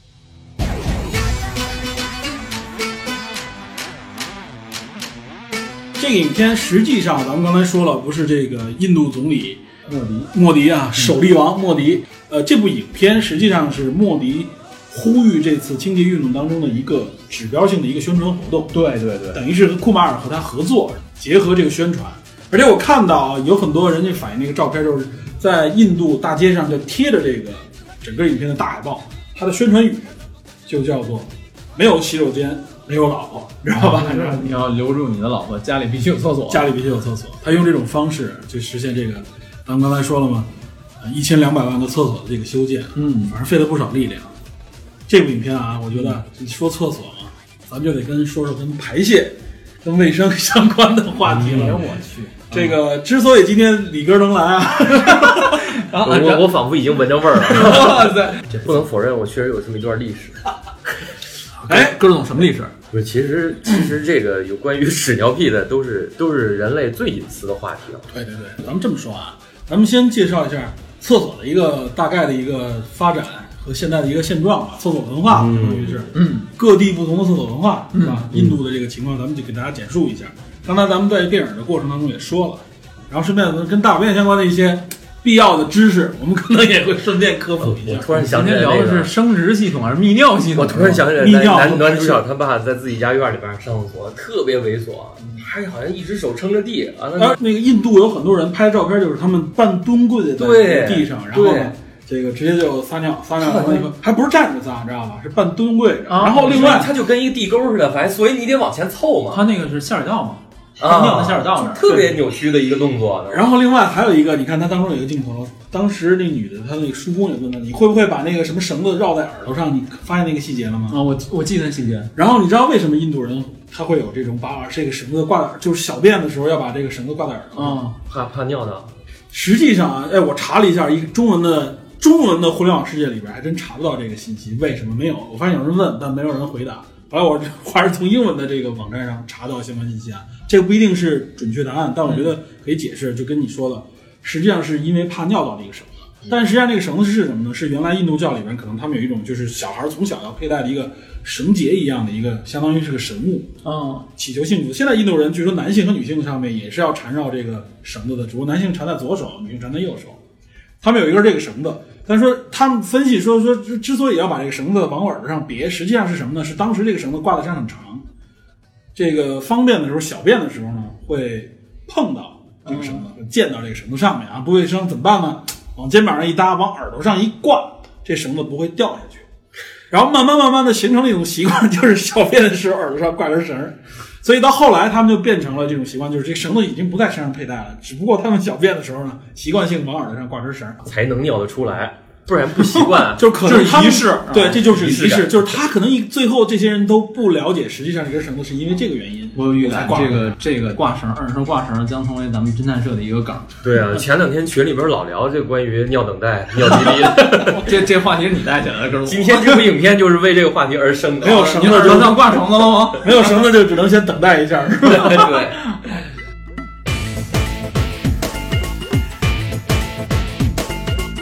这个影片实际上，咱们刚才说了，不是这个印度总理莫迪， 莫迪啊，首力王莫迪。呃，这部影片实际上是莫迪呼吁这次经济运动当中的一个指标性的一个宣传活动。 对对对， 等于是库马尔和他合作，结合这个宣传。而且我看到有很多人家反映那个照片，就是在印度大街上就贴着这个整个影片的大海报，它的宣传语就叫做“没有洗手间，没有老婆”，你知道吧？ 啊、你要留住你的老婆，家里必须有厕所， 家里必须有厕所。他用这种方式去实现这个，咱们刚才说了嘛，一千两百万个厕所的这个修建， 嗯， 反正费了不少力量。这部影片啊，我觉得你说厕所嘛，咱们就得跟说说跟排泄、跟卫生相关的话题了。 哎、我去， 这个之所以今天李哥能来啊， 啊我我我仿佛已经闻着味儿了。哇塞，这不能否认，我确实有这么一段历史。 哎， 哥懂什么历史？ 不是，其实其实这个有关于屎尿屁的，都是都是人类最隐私的话题了。 对对对，咱们这么说啊，咱们先介绍一下厕所的一个大概的一个发展和现在的一个现状吧。厕所文化，等于是嗯，各地不同的厕所文化，是吧？嗯、印度的这个情况，咱们就给大家简述一下。刚才咱们在电影的过程当中也说了，然后顺便跟大便相关的一些必要的知识，我们可能也会顺便科普一下。 我突然想起来、那个， 今天聊的是生殖系统还是泌尿系统？ 我突然想起来， 泌尿男男主角他爸在自己家院里边上厕所，特别猥琐，还好像一只手撑着地啊。 那那个印度有很多人拍照片，就是他们半蹲跪在地上，然后呢，这个直接就撒尿，撒尿完了以后还不是站着撒，知道吧？是半蹲跪着。啊、然后另外， 他就跟一个地沟似的，反正所以你得往前凑嘛。 他那个是下水道嘛？ 啊， 尿在下水道那儿， 特别扭曲的一个动作。 然后另外还有一个，你看他当中有一个镜头，当时那女的，她那个叔公也问她，你会不会把那个什么绳子绕在耳朵上？你发现那个细节了吗？ 啊，我我记得细节。 然后你知道为什么印度人他会有这种把这个绳子挂在，就是小便的时候要把这个绳子挂在耳朵上？ 啊， 怕怕尿到。 实际上啊，哎，我查了一下，一个中文的中文的互联网世界里边还真查不到这个信息，为什么没有？我发现有人问，但没有人回答。后来我还是从英文的这个网站上查到相关信息啊，这个不一定是准确答案，但我觉得可以解释，就跟你说的，实际上是因为怕尿到这个绳子。但实际上这个绳子是什么呢？是原来印度教里边可能他们有一种就是小孩从小要佩戴的一个绳结一样的一个，相当于是个神物啊，祈求幸福。现在印度人据说男性和女性上面也是要缠绕这个绳子的，只不过男性缠在左手，女性缠在右手。他们有一根这个绳子，但是说他们分析说说之所以要把这个绳子往耳朵上别，实际上是什么呢？是当时这个绳子挂在身上很长，这个方便的时候小便的时候呢会碰到这个绳子，会溅到这个绳子上面啊，不卫生怎么办呢？往肩膀上一搭，往耳朵上一挂，这绳子不会掉下去。然后慢慢慢慢的形成了一种习惯，就是小便的时候耳朵上挂根绳。所以到后来他们就变成了这种习惯，就是这个绳子已经不在身上佩戴了，只不过他们小便的时候呢，习惯性往耳朵上挂根绳， 才能尿得出来，不然不习惯。 就可能他们仪式， 对，这就是仪式，就是他可能一最后这些人都不了解，实际上这根绳子是因为这个原因。 我预感这个这个挂绳，耳朵挂绳将成为咱们侦探社的一个梗。 对啊，前两天群里边老聊这关于尿等待、尿滴滴的， 这这话题是你带起来的，哥。 今天这部影片就是为这个话题而生的。 没有绳子就上挂绳子了吗？ 没有绳子就只能先等待一下，是吧？ 对。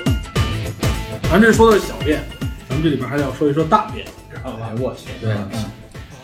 咱这说的是小便，咱们这里边还要说一说大便，知道吧？ 我去， 对。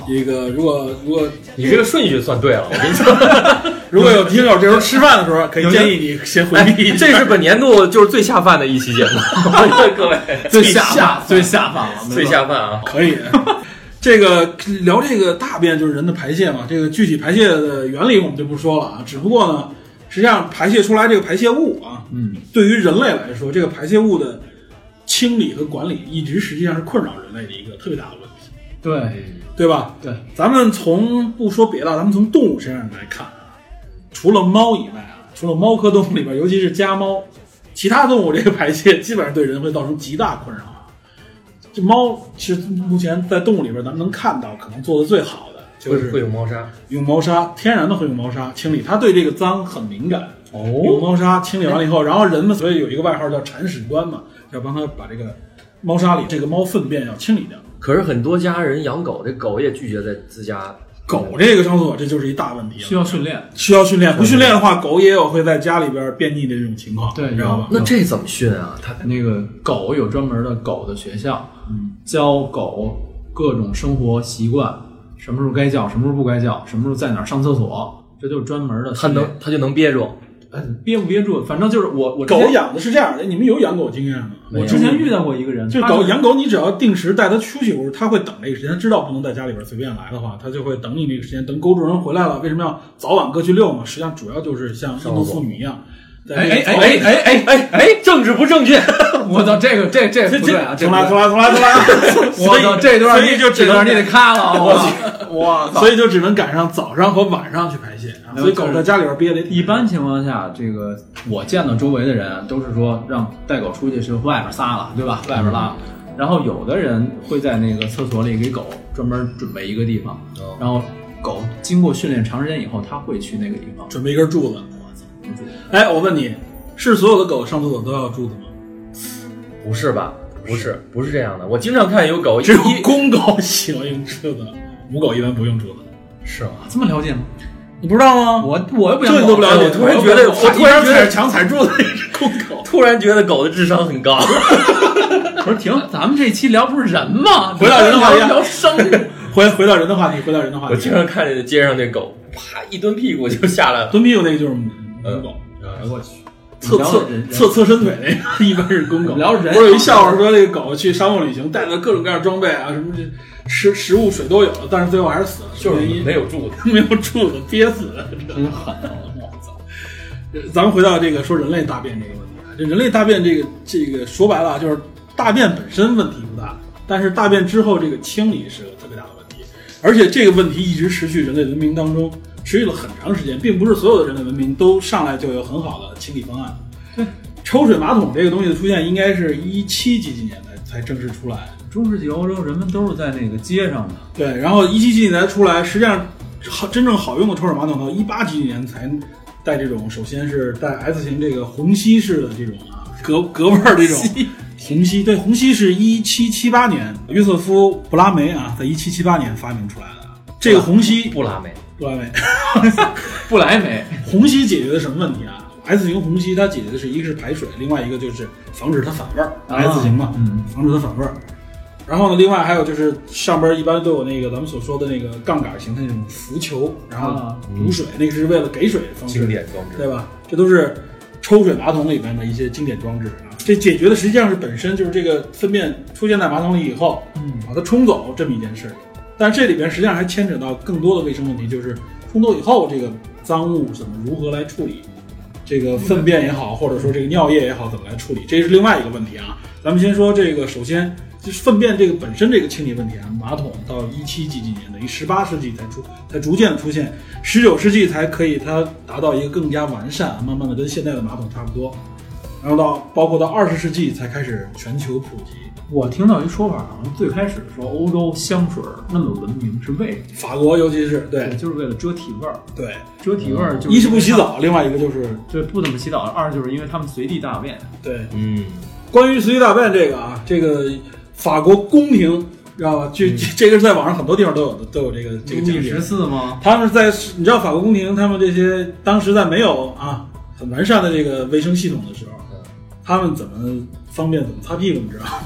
这个如果如果你这个顺序算对了，我跟你说， 如果有听友这时候吃饭的时候，可以建议你先回避一下。 这是本年度就是最下饭的一期节目，各位最下最下饭了， 最下饭啊， 可以。这个聊这个大便就是人的排泄嘛，这个具体排泄的原理我们就不说了啊。只不过呢，实际上排泄出来这个排泄物啊，嗯，对于人类来说，这个排泄物的清理和管理一直实际上是困扰人类的一个特别大的问题。 对， 对吧？ 对， 咱们从不说别的，咱们从动物身上来看啊，除了猫以外啊，除了猫科动物里边，尤其是家猫，其他动物这个排泄基本上对人会造成极大困扰。这猫是目前在动物里边咱们能看到可能做的最好的，就是会用猫砂， 用猫砂，天然的会用猫砂清理，它对这个脏很敏感。哦，用猫砂清理完了以后，然后人们所以有一个外号叫铲屎官嘛，要帮他把这个猫砂里这个猫粪便要清理掉。 可是很多家人养狗，这狗也拒绝在自家。 狗这个上厕所，这就是一大问题了， 需要训练， 需要训练。不训练的话，狗也有会在家里边便秘的这种情况， 对， 你知道吗？ 那这怎么训啊？它那个狗有专门的狗的学校，嗯，教狗各种生活习惯，什么时候该叫，什么时候不该叫，什么时候在哪儿上厕所，这就是专门的。 它能，它就能憋住。 憋不憋住，反正就是我我狗养的是这样的，你们有养狗经验吗？ 我之前遇到过一个人， 就是狗养狗，你只要定时带它出去，它会等这个时间，知道不能在家里边随便来的话，它就会等你那个时间，等狗主人回来了。为什么要早晚各去遛嘛？实际上主要就是像印度妇女一样。 哎哎哎哎哎哎哎，政治不正确！我操，这个这这不对啊！ 重来重来重来重来！ 我操，这段所以就这段你得咔了，我去，哇！ 所以就只能赶上早上和晚上去排泄啊。所以狗在家里边憋得。 一般情况下，这个我见到周围的人都是说让带狗出去是外边撒了，对吧？外边拉。然后有的人会在那个厕所里给狗专门准备一个地方，然后狗经过训练长时间以后，它会去那个地方准备一根柱子。哎，我问你，是所有的狗上厕所都要柱子吗？ 不是吧？不是，不是这样的。我经常看有狗， 只有公狗喜欢用柱子，母狗一般不用柱子。 是吗？这么了解吗？ 你不知道吗？ 我我又不这你都不了解。 我突然觉得，我突然踩墙踩柱子那是公狗。 突然觉得狗的智商很高。 不是，停，咱们这期聊不是人吗？ 回到人的话题， 聊生物。 回回到人的话题，回到人的话题。 我经常看见街上那狗，啪一蹲屁股就下来了。 蹲屁股那个就是母狗。 哎我去， 侧侧侧侧伸腿那个一般是公狗。 聊人， 不是有一笑话说这个狗去沙漠旅行，带了各种各样装备啊，什么这食食物水都有了，但是最后还是死了， 就是没有柱子， 没有柱子憋死了， 真狠啊！我操！ 咱们回到这个说人类大便这个问题啊，这人类大便这个这个说白了就是大便本身问题不大，但是大便之后这个清理是个特别大的问题，而且这个问题一直持续人类文明当中。持续了很长时间，并不是所有的人类文明都上来就有很好的清理方案。对，抽水马桶这个东西的出现，应该是一七几几年才才正式出来。 中世纪欧洲人们都是在那个街上的。 对，然后一七几几年才出来，实际上好真正好用的抽水马桶到一八几几年才带这种，首先是带 S 型这个虹吸式的这种啊，隔隔味儿这种虹吸。对，虹吸是一七七八年约瑟夫布拉梅啊，在一七七八年发明出来的。这个虹吸布拉梅。 不来梅， 不来梅， 虹吸解决的什么问题啊 ？S 型虹吸它解决的是一个是排水，另外一个就是防止它反味儿。啊、S 型嘛，嗯，防止它反味儿。然后呢，另外还有就是上边一般都有那个咱们所说的那个杠杆形的那种浮球，然后补水，嗯、那个是为了给水的方式， 经典装置， 对吧？这都是抽水马桶里面的一些经典装置啊。这解决的实际上是本身就是这个粪便出现在马桶里以后，嗯，把它冲走这么一件事。但这里边实际上还牵扯到更多的卫生问题，就是冲走以后这个脏物怎么如何来处理，这个粪便也好，或者说这个尿液也好，怎么来处理，这是另外一个问题啊。咱们先说这个，首先就是粪便这个本身这个清理问题啊，马桶到一七几几年，等于十八世纪才出，才逐渐的出现，十九世纪才可以它达到一个更加完善，慢慢的跟现在的马桶差不多，然后到包括到二十世纪才开始全球普及。 我听到一说法，好像最开始说欧洲香水那么文明是为法国，尤其是 对, 对，就是为了遮体味儿。 对， 遮体味儿就一是不洗澡，另外一个就是对不怎么洗澡，二就是因为他们随地大便。 对， 嗯， 关于随地大便这个啊，这个法国宫廷知道吧？这、嗯、这个在网上很多地方都有的，都有这个这个经历。 十四吗？ 他们在你知道法国宫廷，他们这些当时在没有啊很完善的这个卫生系统的时候，他们怎么方便怎么擦屁股，你知道吗？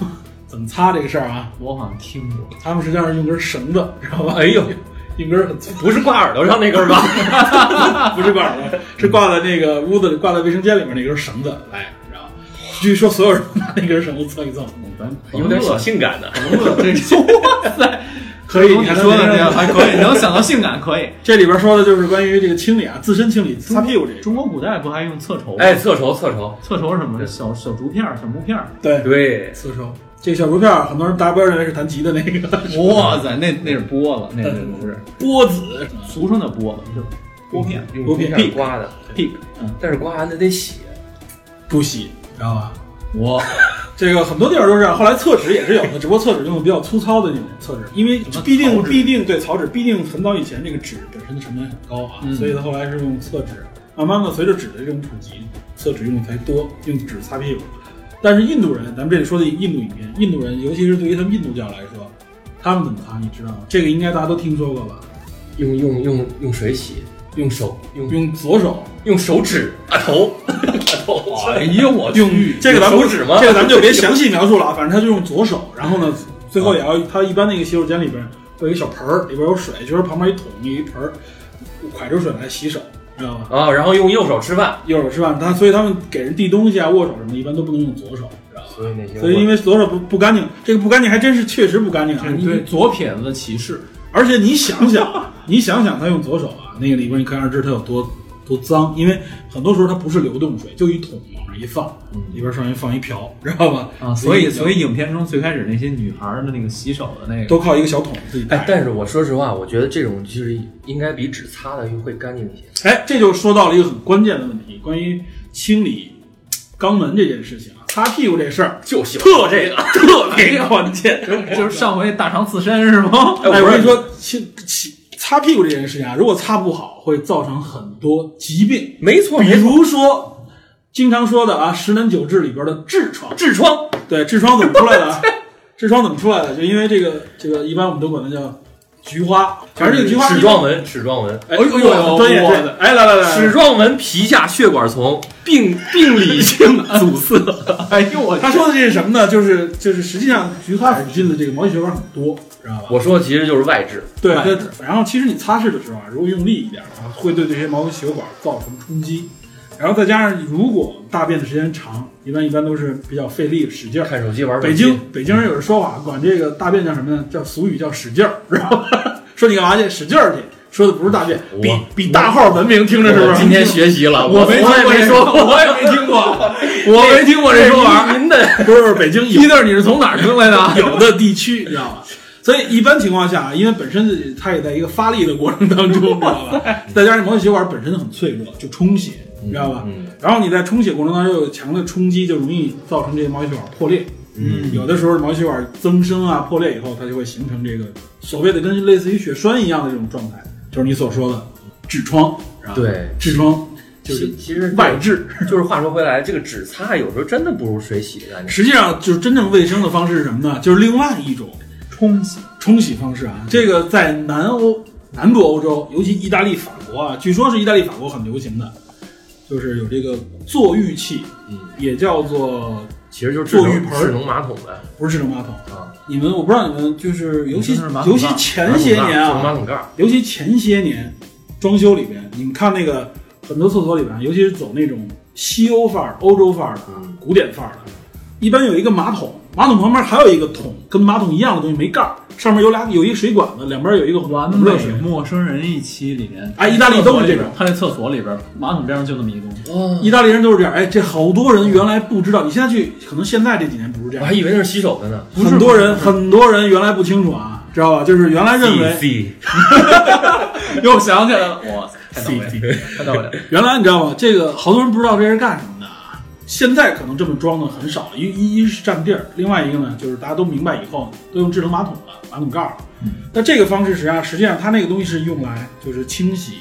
怎么擦这个事儿啊， 我好像听过， 他们实际上是用根绳子，知道吧？ 哎呦， 用根很粗， 不是挂耳朵上那根吧？ 不是挂耳朵，是挂在那个屋子里，挂在卫生间里面那根绳子来，你知道吗？据说所有人都拿那根绳子蹭一蹭， 有点小性感的。 这哇塞！ 可以， 你说的这样还可以，能想到性感可以。 这里边说的就是关于这个清理啊，自身清理擦屁股这个。 中国古代不还用侧绸？ 哎，侧绸，侧绸， 侧绸是什么？小小竹片、小木片。 对对， 侧绸。这个小竹片，很多人大家不要认为是弹吉的那个。 哇塞，那那是拨子，那那不是拨子， 俗称的拨子，是拨片， 用拨片刮的。 屁，嗯， 但是刮完了得洗， 不洗，知道吧？ 我。 这个很多地方都是这样，后来厕纸也是有的，只不过厕纸用的比较粗糙的那种厕纸，因为必定必定对草纸必定很早以前这个纸本身的成本很高啊，嗯、所以它后来是用厕纸。慢慢的随着纸的这种普及，厕纸用的才多，用纸擦屁股。但是印度人，咱们这里说的印度影片，印度人尤其是对于他们印度教来说，他们怎么擦你知道吗？这个应该大家都听说过吧？ 用用用用水洗，用手用用左手用手指啊头。 哎呀，我用这个咱们手指吗？ 这个咱们就别详细描述了，反正他就用左手，然后呢，最后也要他一般那个洗手间里边会有一个小盆儿，里边有水，就是旁边一桶一盆儿，蒯着水来洗手，知道吧？ 啊，然后用右手吃饭， 右手吃饭，他所以他们给人递东西啊、握手什么的，一般都不能用左手，知道吧？ 所以那些， 所以因为左手不不干净，这个不干净还真是确实不干净啊！ 你对左撇子的歧视， 而且你想想，你想想他用左手啊，那个里边你可想而知他有多。多脏，因为很多时候它不是流动水，就一桶往上一放，嗯、里边上面放一瓢，知道吧？ 啊，所以所以影片中最开始那些女孩的那个洗手的那个， 都靠一个小桶自己带。 哎，但是我说实话，我觉得这种就是应该比纸擦的会干净一些。 哎，这就说到了一个很关键的问题，关于清理肛门这件事情啊，擦屁股这事儿就喜欢特这个特别关键， 就是上回大肠刺身是吗？ 哎，我跟你说，清清。擦屁股这件事情啊，如果擦不好，会造成很多疾病。 没错， 比如说经常说的啊，十男九痔里边的痔疮， 痔疮， 对，痔疮怎么出来的？痔疮怎么出来的？就因为这个这个，一般我们都管它叫菊花，反正这个菊花齿状纹，齿状纹， 哎呦呦，专业的，哎来来来， 齿状纹皮下血管丛病病理性阻塞。 哎呦我， 他说的这是什么呢？就是就是实际上菊花附近的这个毛细血管很多，知道吧？ 我说的其实就是外痔， 对，然后其实你擦拭的时候啊，如果用力一点啊，会对这些毛细血管造成冲击。然后再加上如果大便的时间长，一般一般都是比较费力使劲儿。 看手机玩北京北京人有个说法，管这个大便叫什么呢？叫俗语叫使劲儿，知道吧？说你干嘛去？使劲儿去。说的不是大便，比比大号文明，听着是不是？ 今天学习了， 我没听过这说，我也没听过，我没听过这说法。 您的不是北京有 ，Peter，你是从哪儿听来的？ 有的地区，你知道吧？所以一般情况下，因为本身它也在一个发力的过程当中，知道吧？再加上毛细血管本身很脆弱，就充血，你知道吧？嗯、然后你在充血过程当中有强的冲击，就容易造成这些毛细血管破裂。嗯，有的时候毛细血管增生啊、破裂以后，它就会形成这个所谓的跟类似于血栓一样的这种状态，就是你所说的痔疮。 对， 痔疮就是其实外痔。 就是话说回来，这个纸擦有时候真的不如水洗的干净。 实际上，就是真正卫生的方式是什么呢？就是另外一种。 冲洗冲洗方式啊，这个在南欧、南部欧洲，尤其意大利、法国啊，据说是意大利、法国很流行的，就是有这个坐浴器，嗯，也叫做， 其实就是坐浴盆、 智能马桶的， 不是智能马桶啊。 你们我不知道你们就是，尤其尤其前些年啊， 马桶盖， 尤其前些年装修里边，你们看那个很多厕所里边，尤其是走那种西欧范儿、欧洲范儿的、古典范儿的，一般有一个马桶。马桶旁边还有一个桶，跟马桶一样的东西没盖儿，上面有俩有一个水管子，两边有一个完美陌生人一期里面， 哎，意大利都是这种， 他那厕所里边马桶边上就那么一东西。 哦，意大利人都是这样。哎，这好多人原来不知道，你现在去，可能现在这几年不是这样， 我还以为那是洗手的呢。 很多人很多人原来不清楚啊，知道吧？就是原来认为， 又想起来了，哇塞，太到位，太到位了。 原来你知道吗？这个好多人不知道这是干什么的。现在可能这么装的很少，一一一是占地儿，另外一个呢，就是大家都明白以后都用智能马桶了，马桶盖了。嗯，那这个方式实际上，实际上它那个东西是用来就是清洗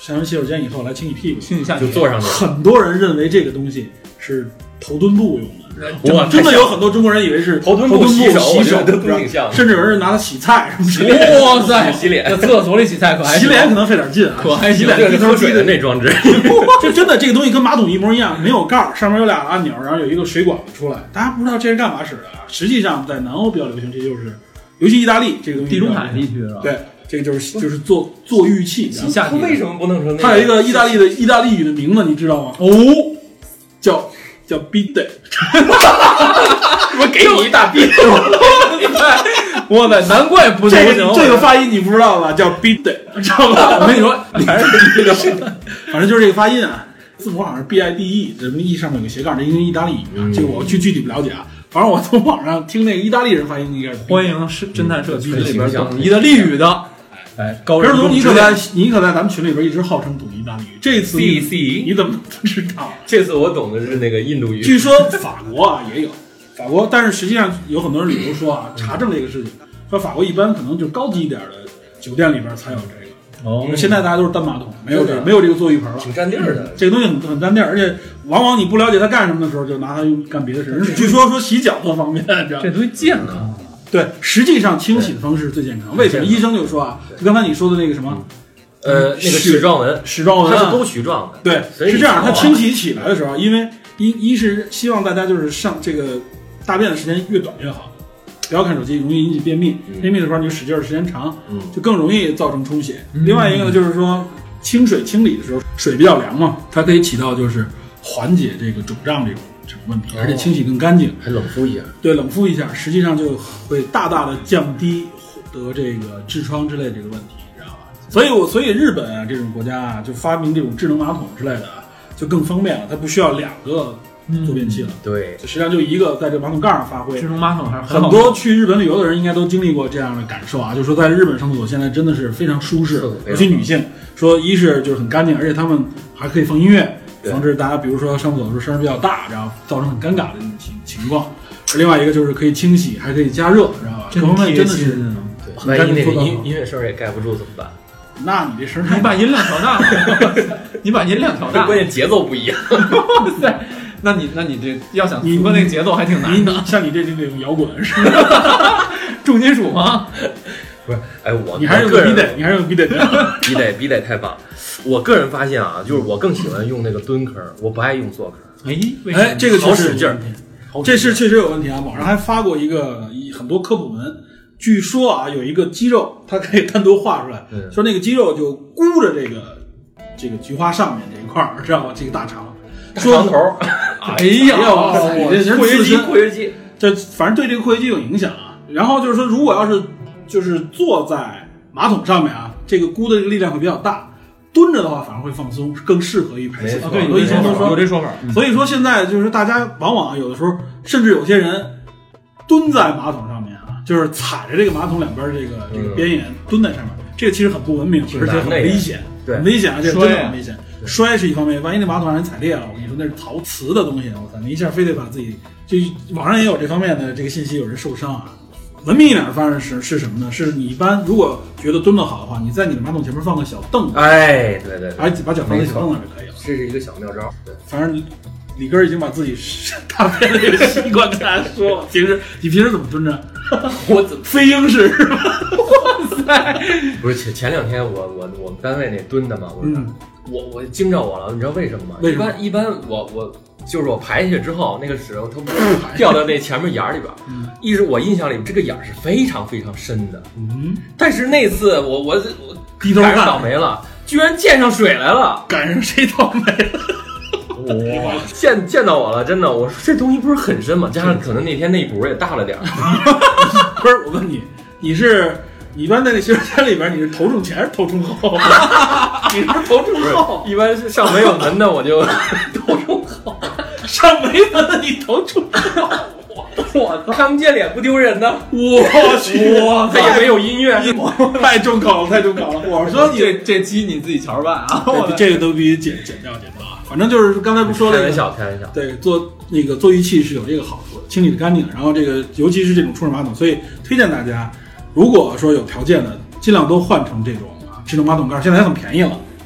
上完洗手间以后来清洗屁股， 清洗下体就坐上去。 很多人认为这个东西是头墩部用的。 哇， 真的有很多中国人以为是头墩部洗手，洗手都挺像， 甚至有人拿它洗菜什么之类的。 哇塞， 洗脸， 在厕所里洗菜可还洗脸可能费点劲啊， 可还洗脸这是喝水的那装置。 这真的这个东西跟马桶一模一样，没有盖儿，上面有俩按钮，然后有一个水管子出来。大家不知道这是干嘛使的啊？实际上在南欧比较流行，这就是尤其意大利这个东西， 地中海地区是吧？ 对，这个就是就是做做浴器。 洗下体为什么不弄成那个？ 它有一个意大利的意大利语的名字，你知道吗？哦，叫叫 bidet。 我给你一大逼！ 我的难怪不这个这个发音你不知道吧？叫 bidet， 知道吧？ 我跟你说，你还是这个， 反正就是这个发音啊，字母好像是 B I D E， 这 E 上面有个斜杠，这因为意大利语啊，这个我具具体不了解啊。反正我从网上听那个意大利人发音应该是。 欢迎是侦探社群里边懂意大利语的，哎，高人。 你可在你可在咱们群里边一直号称懂意大利语，这次 C C 你怎么不知道？ 这次我懂的是那个印度语。 据说法国啊也有法国，但是实际上有很多人理由说啊，查证这个事情，说法国一般可能就高级一点的酒店里边才有这个。 哦， 现在大家都是单马桶，没有这个没有这个坐浴盆了， 挺占地儿的。 这个东西很很占地儿，而且往往你不了解它干什么的时候，就拿它用干别的事。据说说洗脚特方便，知道这东西健康。 对，实际上清洗的方式是最健康。为什么？医生就说啊，就刚才你说的那个什么， 呃，那个矢状纹， 矢状纹它是勾曲状的。 对，是这样。它清洗起来的时候，因为一一是希望大家就是上这个大便的时间越短越好。不要看手机，容易引起便秘。嗯、便秘的时候，你就使劲儿时间长，嗯，就更容易造成充血。嗯、另外一个呢，就是说清水清理的时候，水比较凉嘛，它可以起到就是缓解这个肿胀这种这种问题，而且清洗更干净。 还冷敷一下， 对，冷敷一下，实际上就会大大的降低得这个痔疮之类的这个问题，知道吧？所以我所以日本啊这种国家啊，就发明这种智能马桶之类的，就更方便了，它不需要两个。坐便器了， 对， 实际上就一个在这个马桶盖上发挥。 智能马桶还是很多去日本旅游的人应该都经历过这样的感受啊，就是说在日本上厕所现在真的是非常舒适，尤其女性说一是就是很干净，而且他们还可以放音乐，防止大家比如说上厕所的时候声音比较大，然后造成很尴尬的这种情情况。另外一个就是可以清洗，还可以加热，知道吧？各方面真的是万一那个音音乐声也盖不住怎么办？ 那你这声你把音量调大，你把音量调大， 关键节奏不一样。 哇塞！那你那你这要想符合那个节奏还挺难的。 像你这这种摇滚是吧？ 重金属吗？ 不是，哎，我你还是有个 bidet， 你还是有个 bidet，bidet bidet 太棒。我个人发现啊，就是我更喜欢用那个蹲坑，我不爱用坐坑。 哎， 哎，这个确实使劲儿， 这是确实有问题啊。网上还发过一个很多科普文，据说啊有一个肌肉，它可以单独画出来，嗯、说那个肌肉就箍着这个这个菊花上面这一块儿，知道吧？这个大肠。 大肠头， 哎呀，我这括约肌，括约肌， 这反正对这个括约肌有影响啊。然后就是说，如果要是就是坐在马桶上面啊，这个箍的这个力量会比较大；蹲着的话，反而会放松，更适合于排泄。 对， 我以前都说有这说法。 所以说现在就是大家往往有的时候，甚至有些人蹲在马桶上面啊，就是踩着这个马桶两边这个这个边沿蹲在上面，这个其实很不文明，而且很危险，很危险啊！这真的很危险。摔是一方面，万一那马桶让人踩裂了，我跟你说那是陶瓷的东西，我操，你一下非得把自己，就网上也有这方面的这个信息，有人受伤啊。文明一点的方式是是什么呢？是你一般如果觉得蹲得好的话，你在你的马桶前面放个小凳子， 哎，对对， 把把脚放在小凳子上就可以了。 这是一个小妙招。对， 反正你李根已经把自己大便的这个习惯跟大家说了。平时你平时怎么蹲着？ 我怎么飞鹰式是吧？哇塞！ 不是前前两天我我我们单位那蹲的嘛，我说、嗯、我我惊着我了，你知道为什么吗？ 为什么？ 一般一般我我就是我排下去之后，那个屎它不掉到那前面眼儿里边，嗯，一直我印象里这个眼儿是非常非常深的，嗯，但是那次我我我低头看倒霉了，居然溅上水来了， 赶上谁倒霉了？ 哇，见见到我了，真的！我说这东西不是很深吗？加上可能那天那补也大了点儿。 不是，我问你，你是你一般在那洗手间里边，你是头冲前还是头冲后？你是不是头冲后？ 一般是上没有门的我就头冲后， 上没门的你头冲后。 我操！看不见脸不丢人呢。 我去，哇， 他也没有音乐， 太重口了，太重口了。我说你这这期你自己瞧着办啊， 这个都必须剪剪掉剪掉。反正就是刚才不说了， 开玩笑，开玩笑。 对，做那个做浴器是有这个好处的，清理的干净。然后这个尤其是这种冲水马桶，所以推荐大家，如果说有条件的，尽量都换成这种啊智能马桶盖，现在还很便宜了，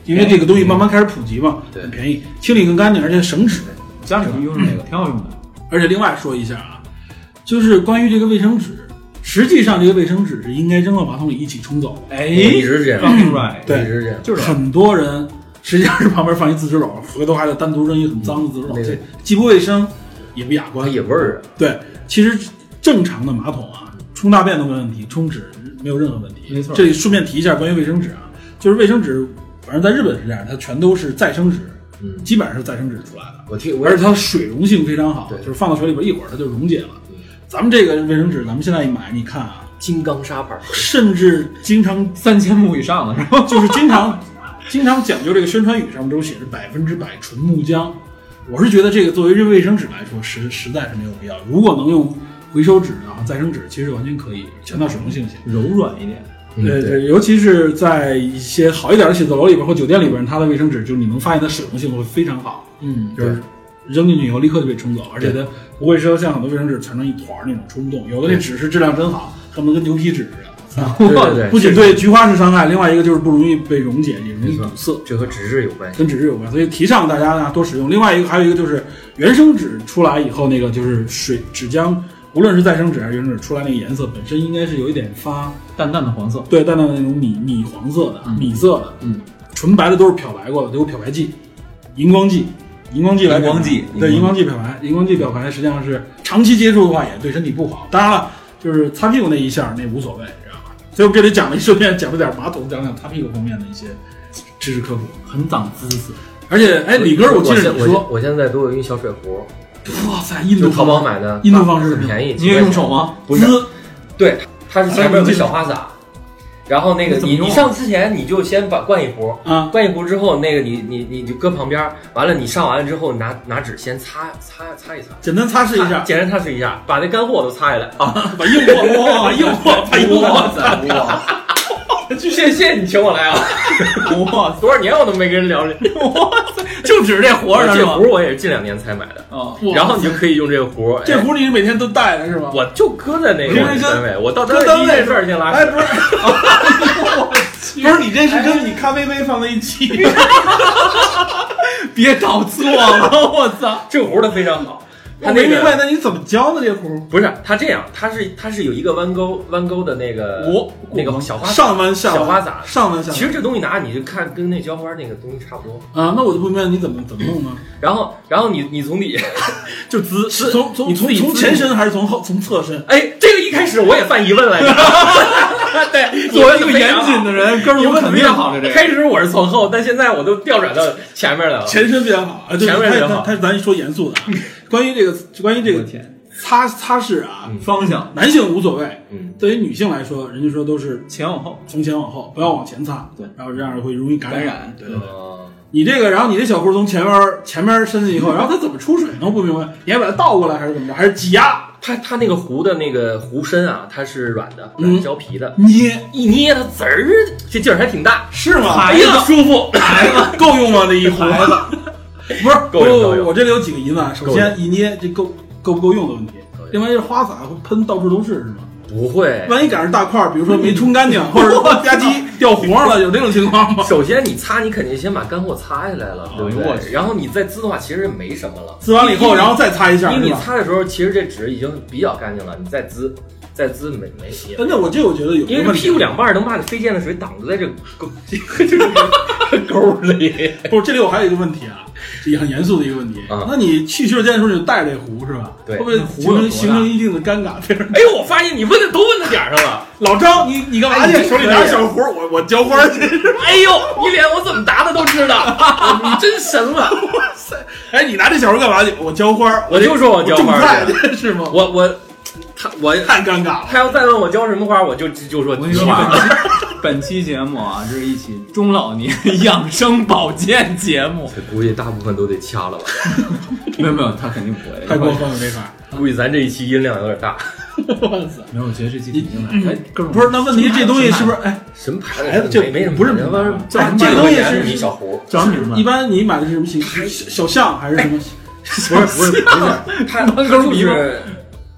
因为这个东西慢慢开始普及嘛，很便宜，清理更干净，而且省纸。 家里用那个挺好用的。 而且另外说一下啊，就是关于这个卫生纸，实际上这个卫生纸是应该扔到马桶里一起冲走。 哎，一直是这样， 对， 一直是这样， 就是很多人实际上是旁边放一自制篓，回头还得单独扔一很脏的自制篓，这既不卫生也不雅观， 也味儿啊。 对，其实正常的马桶啊，冲大便都没问题，冲纸没有任何问题。 没错。 这里顺便提一下关于卫生纸啊，就是卫生纸，反正在日本是这样，它全都是再生纸。嗯，基本上是再生纸出来的， 我听， 而且它水溶性非常好，就是放到水里边一会儿它就溶解了。嗯、咱们这个卫生纸，咱们现在一买，你看啊， 金刚砂牌， 甚至经常三千目以上的是吧？ 就是经常经常讲究这个宣传语上面都写着百分之百纯木浆。我是觉得这个作为这卫生纸来说，实实在是没有必要。如果能用回收纸啊、再生纸，其实完全可以强调水溶性， 柔软一点。 对对，尤其是在一些好一点的写字楼里边或酒店里边，它的卫生纸就是你能发现它水溶性会非常好，嗯，就是扔进去以后立刻就被冲走，而且它不会说像很多卫生纸缠成一团那种冲动，有的那纸是质量真好，恨不得跟牛皮纸似的。 对对对， 不仅对菊花是伤害，另外一个就是不容易被溶解，也容易堵塞， 这和纸质有关系， 跟纸质有关，所以提倡大家呢多使用。另外一个还有一个就是原生纸出来以后，那个就是水纸浆。无论是再生纸还是原生纸出来那个颜色本身应该是有一点发淡淡的黄色， 对，淡淡的那种米米黄色的、嗯、米色的，嗯，纯白的都是漂白过的，都有漂白剂、荧光剂、荧光剂来荧光剂， 对，荧光剂漂白，荧光剂漂白实际上是长期接触的话也对身体不好。当然了，就是擦屁股那一下那无所谓，知道吧？所以我这里讲了，顺便讲了点马桶，讲讲擦屁股方面的一些知识科普， 很长知识。 而且，哎，李哥，我记得你说， 我, 我现在都有一小水壶。 哇塞！印度淘宝买的， 印度方式很便宜。 你也用手吗？ 不是，对，它是前面有个小花洒，然后那个你你上之前你就先把灌一壶啊，灌一壶之后，那个你你你就搁旁边，完了你上完了之后拿拿纸先擦擦擦一擦， 简单擦拭一下， 简单擦拭一下，把那干货都擦下来啊，把硬货哇，硬货把硬货擦掉。 谢谢你请我来啊！ 哇， 多少年我都没跟人聊这， 哇塞，就指这活儿， 这壶我也是近两年才买的啊。然后你就可以用这个壶， 这壶你是每天都带的是吗？ 我就搁在那个单位，我到单位第一件事先拉屎。 哎，不是，不是你这是跟你咖啡杯放在一起， 别搞错了，我操！ 这个壶它非常好。 我没明白，那你怎么教的这壶？ 不是，它这样，它是它是有一个弯钩弯钩的那个我那个小花上弯下小花洒上弯下。 其实这东西拿你就看跟那浇花那个东西差不多啊。那我就不明白你怎么怎么弄呢？ 然后然后你你从底下就滋， 从从从从前身还是从后从侧身？ 哎，这个一开始我也犯疑问来着。对， 作为一个严谨的人，哥们儿肯定好的。这开始我是从后，但现在我都调转到前面来了。 前身比较好， 前面比较好。 他咱说严肃的，关于这个关于这个擦擦拭啊， 方向， 男性无所谓。嗯，对于女性来说，人家说都是前往后， 从前往后，不要往前擦。 对， 然后这样会容易感染。染对对对。你这个，然后你这小壶从前面前面伸进以后，然后它怎么出水呢？我不明白，你还把它倒过来还是怎么着？还是挤压？ 它它那个壶的那个壶身啊，它是软的，软胶皮的， 嗯、捏一捏它滋儿，这劲儿还挺大， 是吗？ 哎呀，舒服， 孩子够用吗？这一壶孩子不是够用够用。 我这里有几个疑问，首先一捏这够够不够用的问题，另外就是花洒会喷到处都是是吗？ 不会， 万一赶上大块，比如说没冲干净，或者吧唧掉糊上了，有这种情况吗？ 首先你擦，你肯定先把干货擦下来了，对不对？然后你再滋的话，其实没什么了。 滋完了以后，然后再擦一下。 因为你擦的时候，其实这纸已经比较干净了，你再滋，再滋没没戏。 那我这我觉得有， 因为屁股两半能把你飞溅的水挡住在这沟这个沟里。 不是，这里我还有一个问题啊。也很严肃的一个问题，嗯、那你去洗手间的时候你就带这壶是吧？ 对， 会不会形成形成一定的尴尬？ 哎呦，我发现你问的都问到点上了。 老张，你你干嘛去？手里拿着小壶，我我浇花去。 哎呦，你脸我怎么答的都知道，你真神了！哇塞！哎，你拿这小壶干嘛去？我浇花， 我就说我浇花去，是吗？ 我我他我太尴尬了。 他要再问我浇什么花，我就就说菊花。本期节目啊，这是一期中老年养生保健节目， 估计大部分都得掐了吧？ 没有没有，他肯定不会， 太过分了这块。 估计咱这一期音量有点大。 哇塞！ 没有，我觉得这期挺精彩。哎， 不是，那问题这东西是不是？哎， 什么牌子？ 这没什么， 不是什么。 哎，这东西是你小壶， 叫什么名字？一般你买的是什么型？小象还是什么？ 不是不是不是，它它就是。你你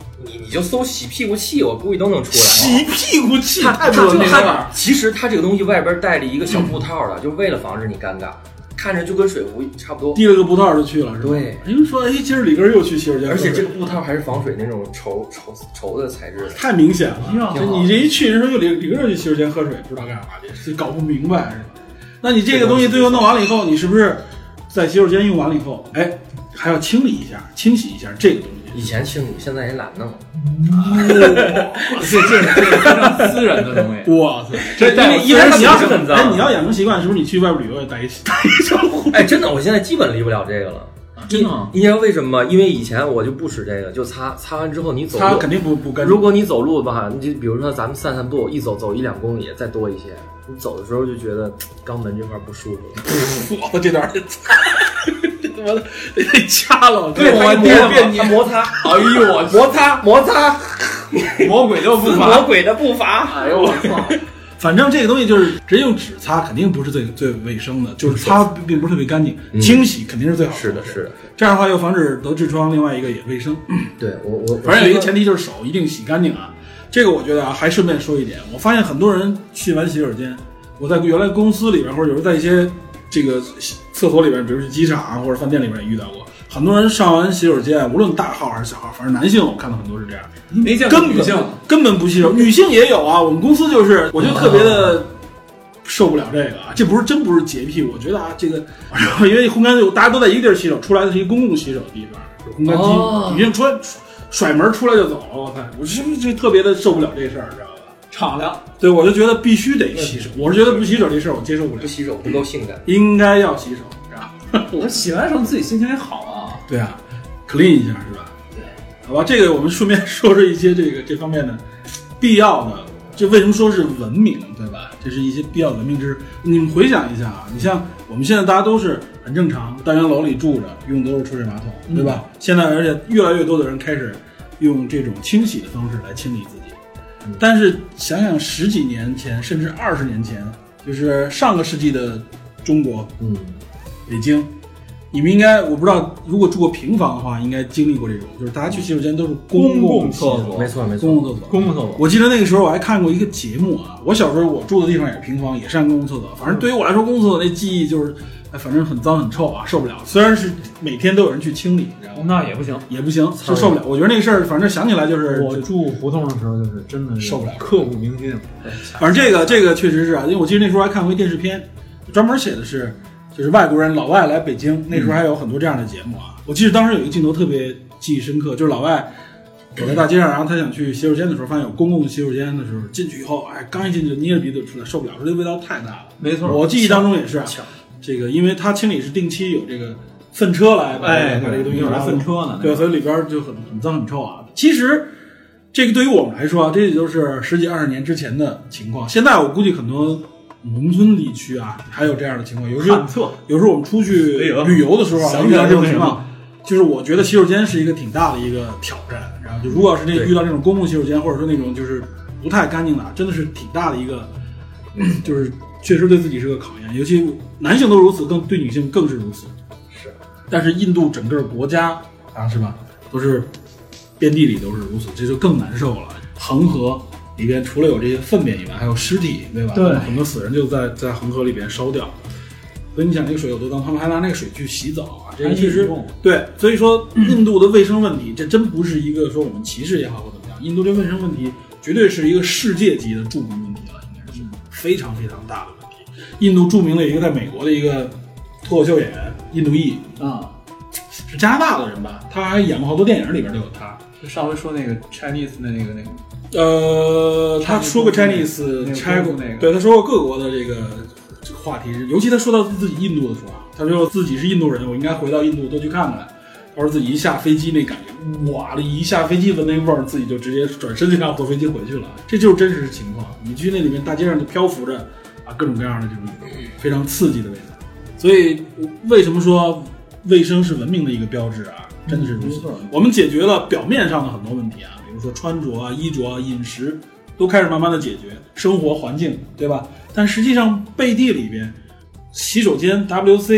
你就搜洗屁股器，我估计都能出来。 洗屁股器太不文明了。 其实它这个东西外边带着一个小布套的，嗯、就为了防止你尴尬。看着就跟水壶差不多， 递了个布套就去了，是吧？ 对， 因为说，哎，今儿李根又去洗手间， 而且这个布套还是防水那种绸绸绸的材质的， 太明显了。就你这一去，人说又李李根又去洗手间喝水，不知道干嘛去，搞不明白是吧？那你这个东西最后弄完了以后，你是不是在洗手间用完了以后，哎，还要清理一下、清洗一下这个东西？ 以前清理，现在也懒弄。 哇，这这这是非常私人的东西。 哇塞， 这因为因为你要是很脏， 哎，你要养成习惯，是不是你去外边旅游也带一带一小壶？ 哎，真的，我现在基本离不了这个了。 真的吗？ 你知道为什么吗？因为以前我就不使这个，就擦擦完之后你走路， 擦肯定不不干净。 如果你走路吧，你就比如说咱们散散步，一走走一两公里，再多一些，你走的时候就觉得肛门这块不舒服。 我这段这他妈的得掐了， 对， 我变变你摩擦， 哎呦我摩擦摩擦， 魔鬼的步伐， 魔鬼的步伐， 哎呦我操！ 反正这个东西就是直接用纸擦，肯定不是最最卫生的，就是擦并不是特别干净，嗯、清洗肯定是最好的。 是的，是的。 这样的话又防止得痔疮，另外一个也卫生。 对我我反正有一个前提就是手一定洗干净啊。这个我觉得啊，还顺便说一点，我发现很多人去完洗手间，我在原来公司里边或者有时候在一些这个厕所里边，比如去机场啊或者饭店里边也遇到过。很多人上完洗手间，无论大号还是小号，反正男性我看到很多是这样， 没见过女性， 根本不洗手，女性也有啊。我们公司就是，我就特别的受不了这个啊，这不是真不是洁癖，我觉得啊，这个因为烘干大家都在一个地儿洗手，出来的是一个公共洗手的地方，有烘干机， 哦、 女性出来甩门出来就走了，我看我是不是特别的受不了这事儿，知道吧？ 敞亮， 对，我就觉得必须得洗手，我是觉得不洗手这事儿我接受不了， 不洗手不够性感， 应该要洗手，知道吧？ 我洗完手自己心情也好啊。 对啊。clean 一下是吧？ 对， 好吧，这个我们顺便说说一些这个这方面的必要的，这为什么说是文明，对吧？这是一些必要的文明知识。你们回想一下啊，你像我们现在大家都是很正常，单元楼里住着，用的都是抽水马桶，对吧？嗯、现在而且越来越多的人开始用这种清洗的方式来清理自己。嗯、但是想想十几年前，甚至二十年前，就是上个世纪的中国， 嗯， 北京。你们应该，我不知道，如果住过平房的话，应该经历过这种，就是大家去洗手间都是公共厕所， 没错没错， 公共厕所， 公共厕所。 我记得那个时候我还看过一个节目啊，我小时候我住的地方也是平房，也是按公共厕所，反正对于我来说，公共厕所那记忆就是，哎，反正很脏很臭啊，受不了。虽然是每天都有人去清理，你知道吗？ 那也不行， 也不行，就受不了。我觉得那个事儿，反正想起来就是， 我住胡同的时候就是真的受不了， 刻骨铭心。 反正这个这个确实是啊，因为我记得那时候还看过一电视片，专门写的是。就是外国人老外来北京，那时候还有很多这样的节目啊。嗯、我记得当时有一个镜头特别记忆深刻，就是老外走在大街上，然后他想去洗手间的时候，发现有公共的洗手间的时候，进去以后，哎，刚一进去捏着鼻子出来，受不了，说这味道太大了。 没错， 我记忆当中也是啊。这个，因为他清理是定期有这个粪车来， 哎， 把这个东西有来粪车呢， 对，所以里边就很很脏很臭啊。其实这个对于我们来说啊，这也就是十几二十年之前的情况。现在我估计很多。农村地区啊，还有这样的情况。有时候，有时候我们出去旅游的时候啊，遇到这种情况，就是我觉得洗手间是一个挺大的一个挑战。然后就如果要是那遇到这种公共洗手间，或者说那种就是不太干净的，真的是挺大的一个，嗯、就是确实对自己是个考验。尤其男性都如此，更对女性更是如此。 是， 但是印度整个国家啊，是吧，都是遍地里都是如此，这就更难受了。恒河。里边除了有这些粪便以外，还有尸体，对吧？ 对， 很多死人就在在恒河里边烧掉。所以你想，那个水有多脏，他们还拿那个水去洗澡啊，这个其实对。所以说，印度的卫生问题，这真不是一个说我们歧视也好或怎么样，印度这卫生问题绝对是一个世界级的著名问题了，应该是非常非常大的问题。印度著名的一个在美国的一个脱口秀演员，印度裔啊，是加拿大的人吧？他还演过好多电影，里边都有他。 就上回说那个 Chinese 的那个那个。 呃，他说过 Chinese， 拆过那个，对，他说过各国的这个这个话题，尤其他说到自己印度的时候，他说自己是印度人，我应该回到印度多去看看。他说自己一下飞机那感觉，哇，这一下飞机闻那味儿，自己就直接转身就想坐飞机回去了。这就是真实情况。你去那里面大街上就漂浮着啊各种各样的这种非常刺激的味道。所以为什么说卫生是文明的一个标志啊？真的是如此。我们解决了表面上的很多问题啊。比如说穿着啊、衣着啊、饮食，都开始慢慢的解决，生活环境，对吧？但实际上背地里边，洗手间 W C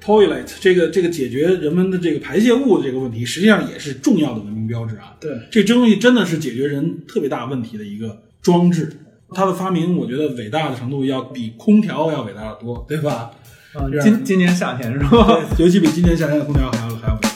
toilet 这个这个解决人们的这个排泄物的这个问题，实际上也是重要的文明标志啊。 对， 这东西真的是解决人特别大问题的一个装置。它的发明，我觉得伟大的程度要比空调要伟大的多，对吧？ 啊，今今年夏天是吧？ 尤其比今年夏天的空调还要还要伟大。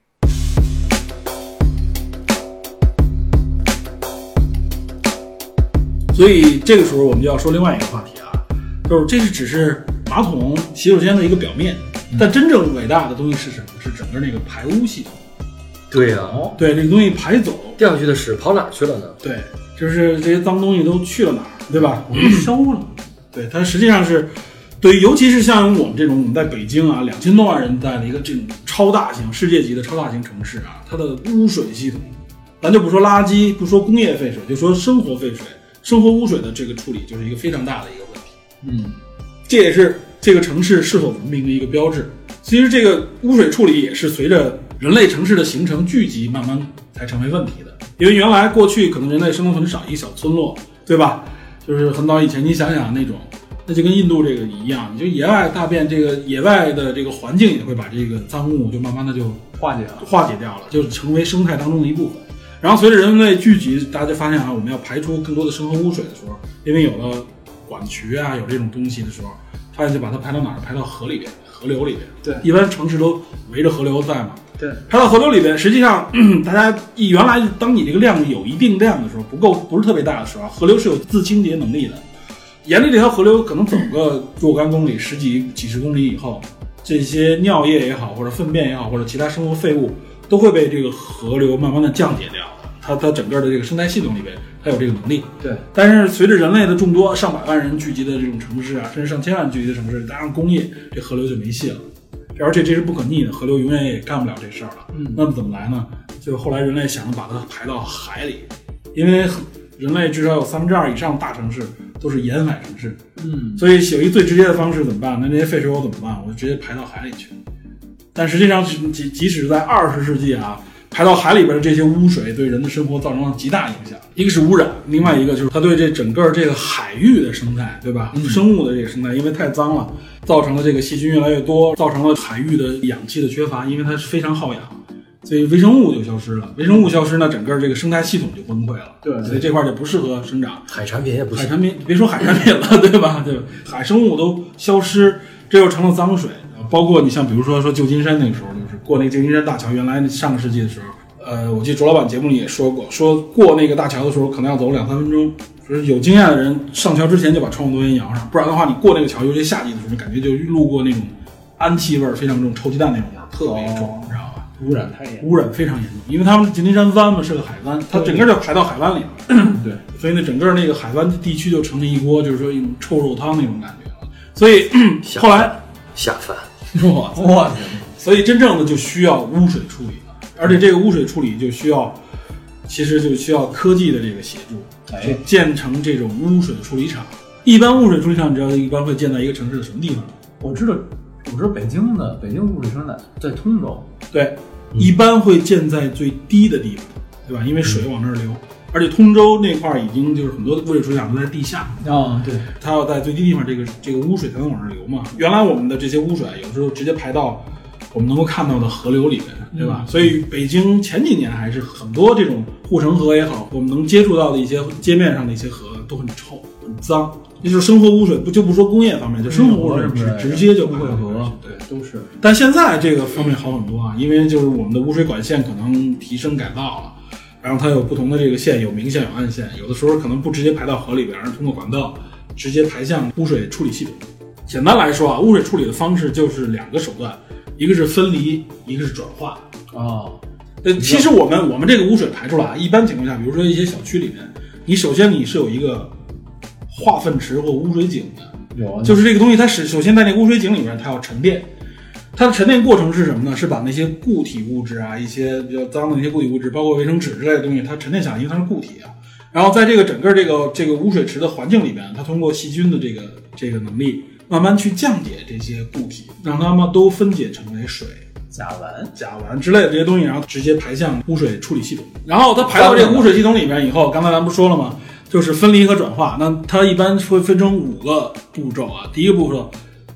所以这个时候我们就要说另外一个话题啊，就是这是只是马桶洗手间的一个表面，但真正伟大的东西是什么？是整个那个排污系统。 对呀、啊， 对，这个东西排走掉下去的屎跑哪去了呢？ 对，就是这些脏东西都去了哪儿，对吧？ 我们收了。 对，它实际上是对于尤其是像我们这种我们在北京啊两千多万人在的一个这种超大型世界级的超大型城市啊，它的污水系统，咱就不说垃圾，不说工业废水，就说生活废水。生活污水的这个处理就是一个非常大的一个问题， 嗯， 这也是这个城市是否文明的一个标志。其实这个污水处理也是随着人类城市的形成聚集慢慢才成为问题的。因为原来过去可能人类生活很少，一个小村落，对吧？就是很早以前，你想想那种，那就跟印度这个一样，你就野外大便，这个野外的这个环境也会把这个脏物就慢慢的就化解了， 化解掉了，就成为生态当中的一部分。然后随着人类聚集，大家就发现啊，我们要排出更多的生活污水的时候，因为有了管渠啊，有这种东西的时候，发现就把它排到哪儿？排到河里边、河流里边。 对， 一般城市都围着河流在嘛。 对， 排到河流里边，实际上大家原来当你这个量有一定量的时候，不够不是特别大的时候，河流是有自清洁能力的。沿着这条河流可能走个若干公里、十几几十公里以后，这些尿液也好，或者粪便也好，或者其他生活废物，都会被这个河流慢慢的降解掉。它它整个的这个生态系统里边，它有这个能力。 对， 但是随着人类的众多，上百万人聚集的这种城市啊，甚至上千万聚集的城市，加上工业，这河流就没戏了。而且这是不可逆的，河流永远也干不了这事儿了。 嗯， 那么怎么来呢？就后来人类想着把它排到海里，因为人类至少有三分之二以上的大城市都是沿海城市。 嗯， 所以有一最直接的方式怎么办？那这些废水我怎么办？我就直接排到海里去。但实际上，即即使在二十世纪啊。排到海里边的这些污水对人的生活造成了极大影响，一个是污染，另外一个就是它对这整个这个海域的生态，对吧？嗯、生物的这个生态，因为太脏了，造成了这个细菌越来越多，造成了海域的氧气的缺乏，因为它是非常耗氧，所以微生物就消失了。微生物消失呢，整个这个生态系统就崩溃了。 对， 所以这块就不适合生长。 海产品也不行， 海产品别说海产品了，对吧？对吧？海生物都消失，这又成了脏水。包括你像比如说说旧金山那个时候，就是过那个旧金山大桥，原来上个世纪的时候，呃，我记得卓老板节目里也说过，说过那个大桥的时候可能要走两三分钟，就是有经验的人上桥之前就把窗户都先摇上，不然的话你过那个桥，尤其夏季的时候，感觉就路过那种氨气味非常重，臭鸡蛋那种味儿特别重， 哦、 你知道吧？ 污染太严重， 污染非常严重，因为他们旧金山湾嘛是个海湾，它整个就排到海湾里了， 对， 所以呢整个那个海湾地区就成了一锅就是说一种臭肉汤那种感觉了，所以后来下饭。 哇哇！所以真正的就需要污水处理了，而且这个污水处理就需要，其实就需要科技的这个协助，就建成这种污水处理厂。一般污水处理厂，你知道一般会建在一个城市的什么地方？ 我知道，我知道北京的北京污水生产在通州。 对，嗯、一般会建在最低的地方，对吧？因为水往那儿流。而且通州那块已经就是很多污水处理厂都在地下啊、哦，对， 它要在最低地方，这个这个污水才能往上流嘛。原来我们的这些污水有时候直接排到我们能够看到的河流里面，对吧？嗯、所以北京前几年还是很多这种护城河也好，我们能接触到的一些街面上的一些河都很臭、很脏。这就是生活污水，不就不说工业方面，就生活污水是直接就排到河，对， 都是。 但现在这个方面好很多啊，因为就是我们的污水管线可能提升改造了。然后它有不同的这个线，有明线有暗线，有的时候可能不直接排到河里边，而是通过管道直接排向污水处理系统。简单来说啊，污水处理的方式就是两个手段，一个是分离，一个是转化。 哦， 呃，其实我们我们这个污水排出来，一般情况下，比如说一些小区里面，你首先你是有一个化粪池或污水井的， 有， 就是这个东西它是首先在那个污水井里面它要沉淀。它的沉淀过程是什么呢？是把那些固体物质啊，一些比较脏的那些固体物质，包括卫生纸之类的东西，它沉淀下来，因为它是固体啊。然后在这个整个这个这个污水池的环境里边，它通过细菌的这个这个能力，慢慢去降解这些固体，让它们都分解成为水、 甲烷、 甲烷之类的这些东西，然后直接排向污水处理系统。然后它排到这个污水系统里面以后，刚才咱不说了吗？就是分离和转化。那它一般会分成五个步骤啊。第一个步骤就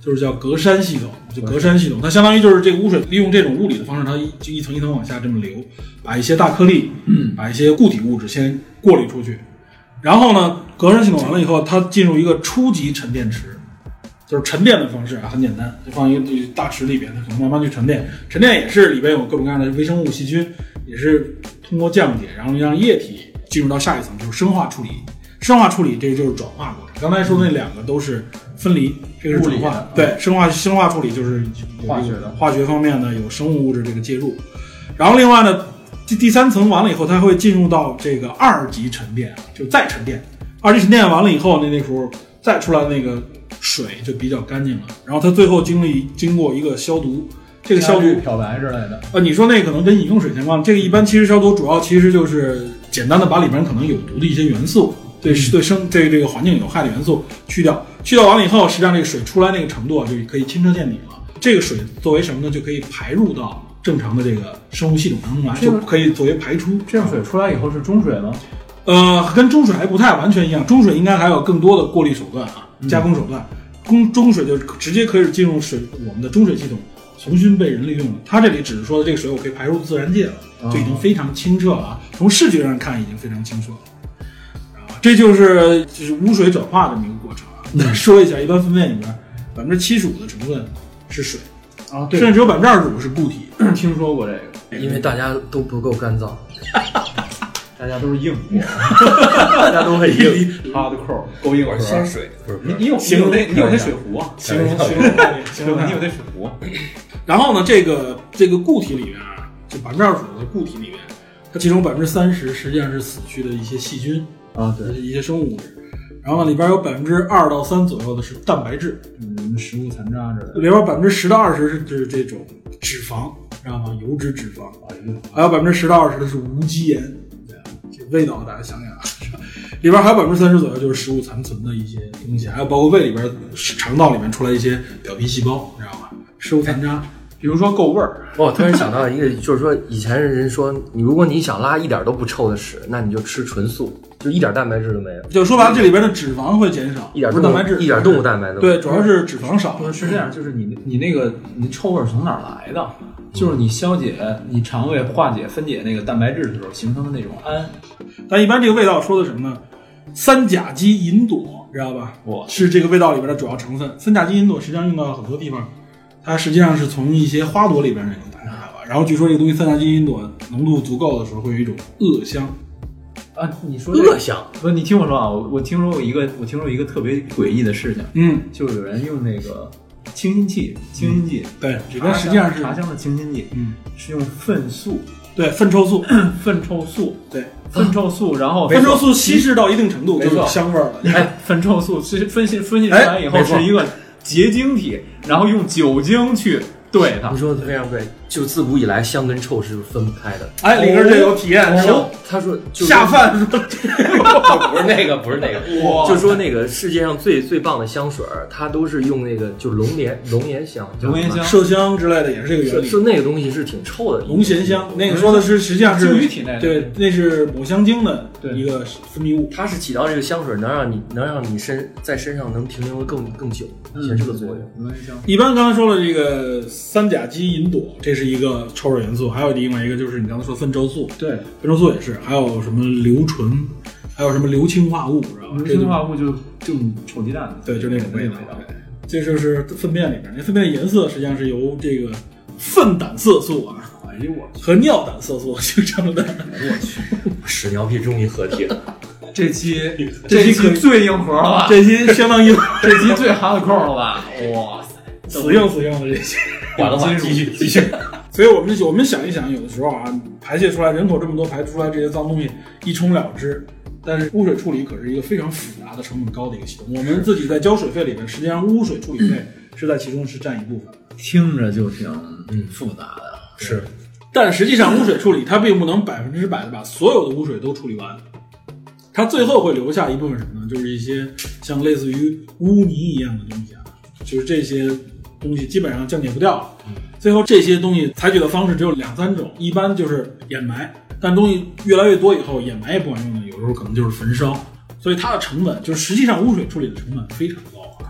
就是叫隔山系统，就隔山系统，它相当于就是这个污水利用这种物理的方式，它一就一层一层往下这么流，把一些大颗粒，嗯，把一些固体物质先过滤出去，然后呢，隔山系统完了以后，它进入一个初级沉淀池，就是沉淀的方式啊，很简单，就放一个大池里边，它可能慢慢去沉淀，沉淀也是里边有各种各样的微生物、细菌，也是通过降解，然后让液体进入到下一层，就是生化处理。生化处理这个就是转化过程，刚才说的那两个都是分离，这个是转化。对，生化生化处理就是化学的， 化学方面呢有生物物质这个介入，然后另外呢，第第三层完了以后，它会进入到这个二级沉淀，就再沉淀。二级沉淀完了以后，那那时候再出来的那个水就比较干净了，然后它最后经历经过一个消毒。这个消毒漂白之类的， 呃，你说那可能跟饮用水相关。这个一般其实消毒主要其实就是简单的把里边可能有毒的一些元素，对对生对这个环境有害的元素去掉，去掉完了以后，实际上这个水出来那个程度啊，就可以清澈见底了。这个水作为什么呢？就可以排入到正常的这个生物系统当中来，就可以作为排出。 这样水出来以后是中水吗？ 呃，跟中水还不太完全一样，中水应该还有更多的过滤手段啊，加工手段。中中水就直接可以进入水我们的中水系统。重新被人利用了，它这里只是说的这个水我可以排入自然界了，就已经非常清澈了啊！从视觉上看已经非常清澈了啊！这就是就是污水转化的这么一个过程啊。再说一下，一般粪便里边百分之七十五的成分是水啊，对，甚至只有百分之二十五是固体。 听说过这个， 因为大家都不够干燥， 大家都是硬货， 大家都很硬 ，hardcore 够硬核。 鲜水不是？ 你你有你有那你有那水壶啊？ 形容形容形容你有那水壶。 然后呢，这个这个固体里面啊，就百分之二十五的固体里面，它其中百分之三十实际上是死去的一些细菌啊，对， 一些生物物质。然后呢，里边有百分之二到三左右的是蛋白质， 嗯，食物残渣之类的。 里边百分之十到二十是就是这种脂肪，知道吗？油脂脂肪，还有百分之十到二十的是无机盐。这味道大家想想啊，里边还有百分之三十左右就是食物残存的一些东西，还有包括胃里边、肠道里面出来一些表皮细胞，知道吗？食物残渣。 比如说够味儿， 我突然想到一个，就是说以前人说，你如果你想拉一点都不臭的屎，那你就吃纯素，就一点蛋白质都没有。 就说白了，这里边的脂肪会减少， 一点蛋白质， 一点动物蛋白都没有。 对，主要是脂肪少。 不是是这样，就是你你那个你臭味是从哪儿来的？就是你消解你肠胃化解分解那个蛋白质的时候形成的那种氨。 但一般这个味道说的什么呢？三甲基吲哚，知道吧？ 哇， 是这个味道里边的主要成分。三甲基吲哚实际上用到很多地方。它实际上是从一些花朵里边那种来的，然后据说这个东西三甲基吲哚浓度足够的时候，会有一种恶香啊。你说恶香？ 不是，你听我说啊，我我听说过一个，我听说过一个特别诡异的事情， 嗯， 就是有人用那个清新剂，清新剂， 嗯、对，这边实际上是茶香的清新剂， 嗯， 是用粪素， 对，粪臭素， 粪臭素， 对， 粪臭素，然后粪臭素稀释到一定程度就是香味了。 哎，粪臭素是分析分析出来以后是一个结晶体，然后用酒精去对它。 你说的非常对，就自古以来香跟臭是分不开的。 哎，李哥这有体验， 哦、他说就下饭是吧？ 不是那个，不是那个，就说那个世界上最最棒的香水，它都是用那个就龙涎龙涎香、 龙涎香、 麝香之类的，也是这个原理。 说那个东西是挺臭的， 龙涎香，那个说的是实际上是鲸鱼体内， 对，那是抹香鲸的一个分泌物， 它是起到这个香水能让你能让你身在身上能停留的更更久，起这个作用。 龙涎香。 一般刚才说了这个三甲基吲哚，这是一个臭味元素，还有另外一个就是你刚才说粪臭素， 对， 粪臭素也是，还有什么硫醇，还有什么硫氰化物，知道吧？ 硫氰化物就就臭鸡蛋， 对，就那种味道。这就是粪便里边，那粪便的颜色实际上是由这个粪胆色素啊， 哎呦我和尿胆色素形成的。 我去， 屎尿屁终于合体了。 这期这期最硬核了吧？ 这期相当硬， 这期最hardcore了吧？哇塞， 死硬死硬的这期。 完了完了，继续继续。 所以我们我们想一想，有的时候啊，排泄出来人口这么多，排出来这些脏东西一冲了之。但是污水处理可是一个非常复杂的、成本高的一个系统。我们自己在交水费里面，实际上污水处理费是在其中是占一部分。 听着就挺嗯复杂的， 是。但实际上污水处理它并不能百分之百的把所有的污水都处理完，它最后会留下一部分什么呢？就是一些像类似于污泥一样的东西啊，就是这些东西基本上降解不掉了。最后这些东西采取的方式只有两三种，一般就是掩埋。但东西越来越多以后，掩埋也不管用了，有时候可能就是焚烧，所以它的成本就是实际上污水处理的成本非常高啊，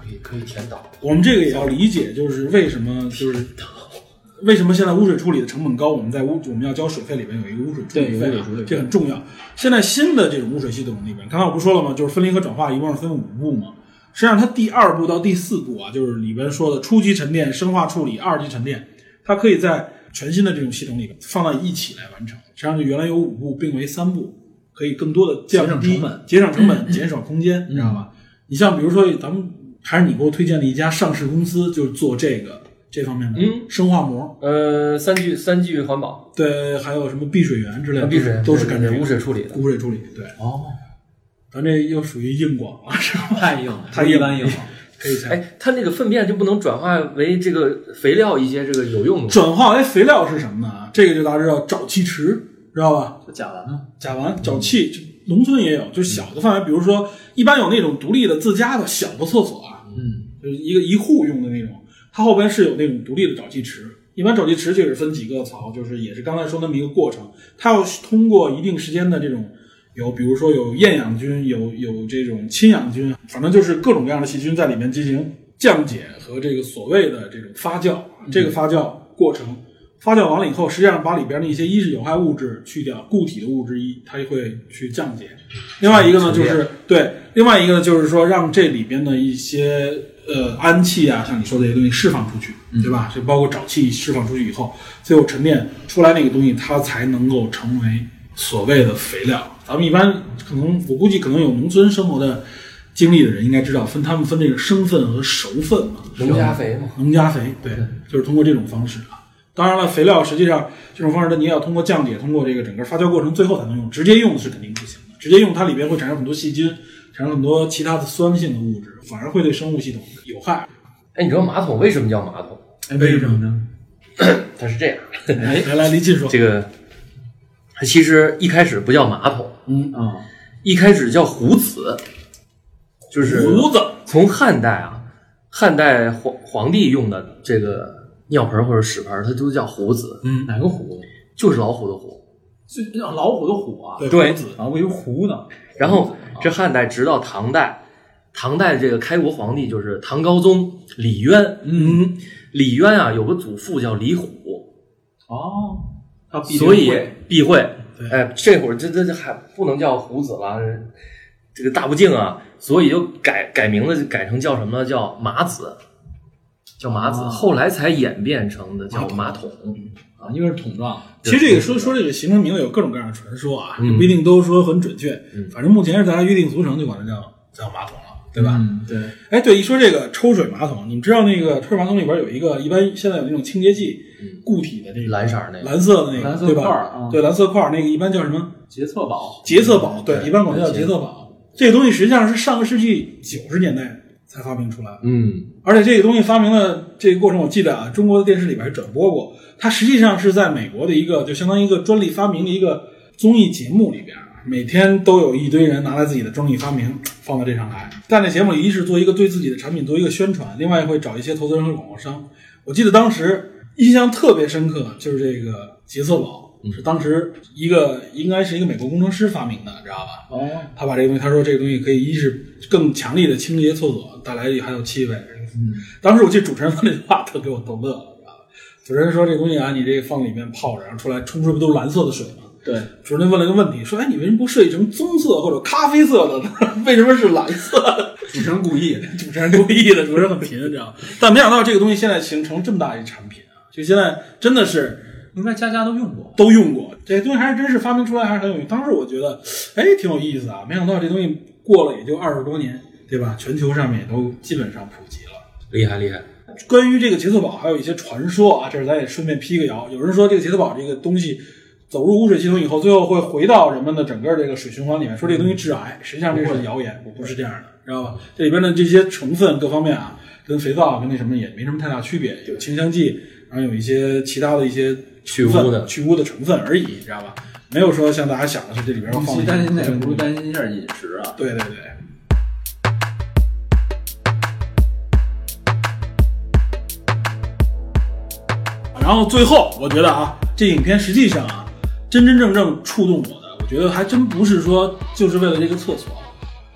可以可以填岛。 我们这个也要理解，就是为什么就是为什么现在污水处理的成本高，我们在污我们要交水费里面有一个污水处理费、啊，这很重要。现在新的这种污水系统里边，刚才我不说了吗？就是分离和转化一共是分五步嘛。实际上它第二步到第四步啊，就是里边说的初级沉淀、生化处理、二级沉淀，它可以在全新的这种系统里边放到一起来完成。实际上就原来有五步并为三步，可以更多的降低、节省成本、减少空间，你知道吧？你像比如说咱们还是你给我推荐的一家上市公司，就是做这个这方面的生化膜， 嗯、呃，三聚三聚环保， 对，还有什么碧水源之类的， 碧水都是干这个污水处理的， 污水处理，对。 哦， 咱这又属于硬广了，是吧？ 太硬了， 太一般硬了。 可以猜。 哎，它那个粪便就不能转化为这个肥料一些这个有用的？ 转化为肥料是什么呢？这个就大家知道沼气池，知道吧？ 甲烷呢？ 甲烷、沼气，农村也有，就是小的范围，比如说一般有那种独立的自家的小的厕所啊， 嗯， 就是一个一户用的那种，它后边是有那种独立的沼气池。一般沼气池就是分几个槽，就是也是刚才说那么一个过程，它要通过一定时间的这种。有比如说有厌氧菌，有有这种亲氧菌，反正就是各种各样的细菌在里面进行降解和这个所谓的这种发酵。这个发酵过程发酵完了以后，实际上把里边的一些一是有害物质去掉，固体的物质一它会去降解。另外一个呢就是对，另外一个呢就是说让这里边的一些呃氨气啊，像你说的这些东西释放出去，对吧？就包括沼气释放出去以后，最后沉淀出来那个东西，它才能够成为所谓的肥料。咱们一般可能我估计可能有农村生活的经历的人应该知道，分他们分这个生粪和熟粪嘛， 农家肥嘛， 农家肥，对，就是通过这种方式啊。当然了，肥料实际上这种方式呢，你也要通过降解，通过这个整个发酵过程，最后才能用。直接用是肯定不行的，直接用它里边会产生很多细菌，产生很多其他的酸性的物质，反而会对生物系统有害。 哎，你知道马桶为什么叫马桶？ 哎，为什么呢？ 它是这样。 哎，来来，李进说， 这个它其实一开始不叫马桶。 嗯啊、嗯，一开始叫壶子，就是壶子。从汉代啊，汉代皇皇帝用的这个尿盆或者屎盆，它都叫壶子。 嗯，哪个壶？ 就是老虎的虎。 老虎的虎啊？ 对， 啊，我以为壶呢。 然后这汉代直到唐代，唐代这个开国皇帝就是唐高宗李渊。 嗯， 李渊啊有个祖父叫李虎。 哦， 所以避讳。哎，这会儿这这这还不能叫胡子了，这个大不敬啊，所以就改改名字，改成叫什么呢？叫马子，叫马子，啊、后来才演变成的叫马桶啊，因为是桶状。 其实这个说说这个形成名字有各种各样的传说啊， 嗯、 不一定都说很准确。 嗯、 反正目前是大家约定俗成，就管它叫叫马桶了，对吧？ 嗯，对。 哎，对，一说这个抽水马桶，你们知道那个抽水马桶里边有一个，一般现在有那种清洁剂。固体的这个蓝色那个蓝色的那个蓝色对吧？ 啊、 对，蓝色块那个一般叫什么？ 洁厕宝。 洁厕宝，对，一般管它叫洁厕宝。这个东西实际上是上个世纪九十年代才发明出来的。 嗯， 而且这个东西发明的这个过程，我记得啊，中国的电视里边还转播过。它实际上是在美国的一个，就相当于一个专利发明的一个综艺节目里边，每天都有一堆人拿来自己的专利发明放到这上来。在那节目里，一是做一个对自己的产品做一个宣传，另外会找一些投资人和广告商。我记得当时印象特别深刻，就是这个洁厕宝、嗯、是当时一个应该是一个美国工程师发明的，知道吧？ 哦， 他把这个东西，他说这个东西可以一是更强力的清洁厕所，带来还有气味。 嗯， 当时我记得主持人说这句话，特给我逗乐了，知道吧？主持人说这个东西啊，你这个放里面泡着，然后出来冲出来不都是蓝色的水吗？ 对， 主持人问了一个问题，说：“哎，你为什么不设计成棕色或者咖啡色的？为什么是蓝色的？” 主持人故意的， 主持人故意的，主持人很贫，你知道吗？但没想到这个东西现在形成这么大一产品啊！就现在真的是应该家家都用过， 都用过。这东西还是真是发明出来还是很有用。当时我觉得，哎，挺有意思啊！没想到这东西过了也就二十多年，对吧？全球上面也都基本上普及了， 厉害厉害。 关于这个洁厕宝还有一些传说啊，这是咱也顺便辟个谣。有人说这个洁厕宝这个东西走入污水系统以后，最后会回到人们的整个这个水循环里面，说这个东西致癌，实际上这是谣言，不是这样的，知道吧？这里边的这些成分各方面啊，跟肥皂跟那什么也没什么太大区别，有清香剂，然后有一些其他的一些去污的去污的成分而已，知道吧？没有说像大家想的是这里边要放。 担心哪个不如担心一下饮食啊？ 对对对。然后最后我觉得啊，这影片实际上啊，真真正正触动我的，我觉得还真不是说就是为了这个厕所，它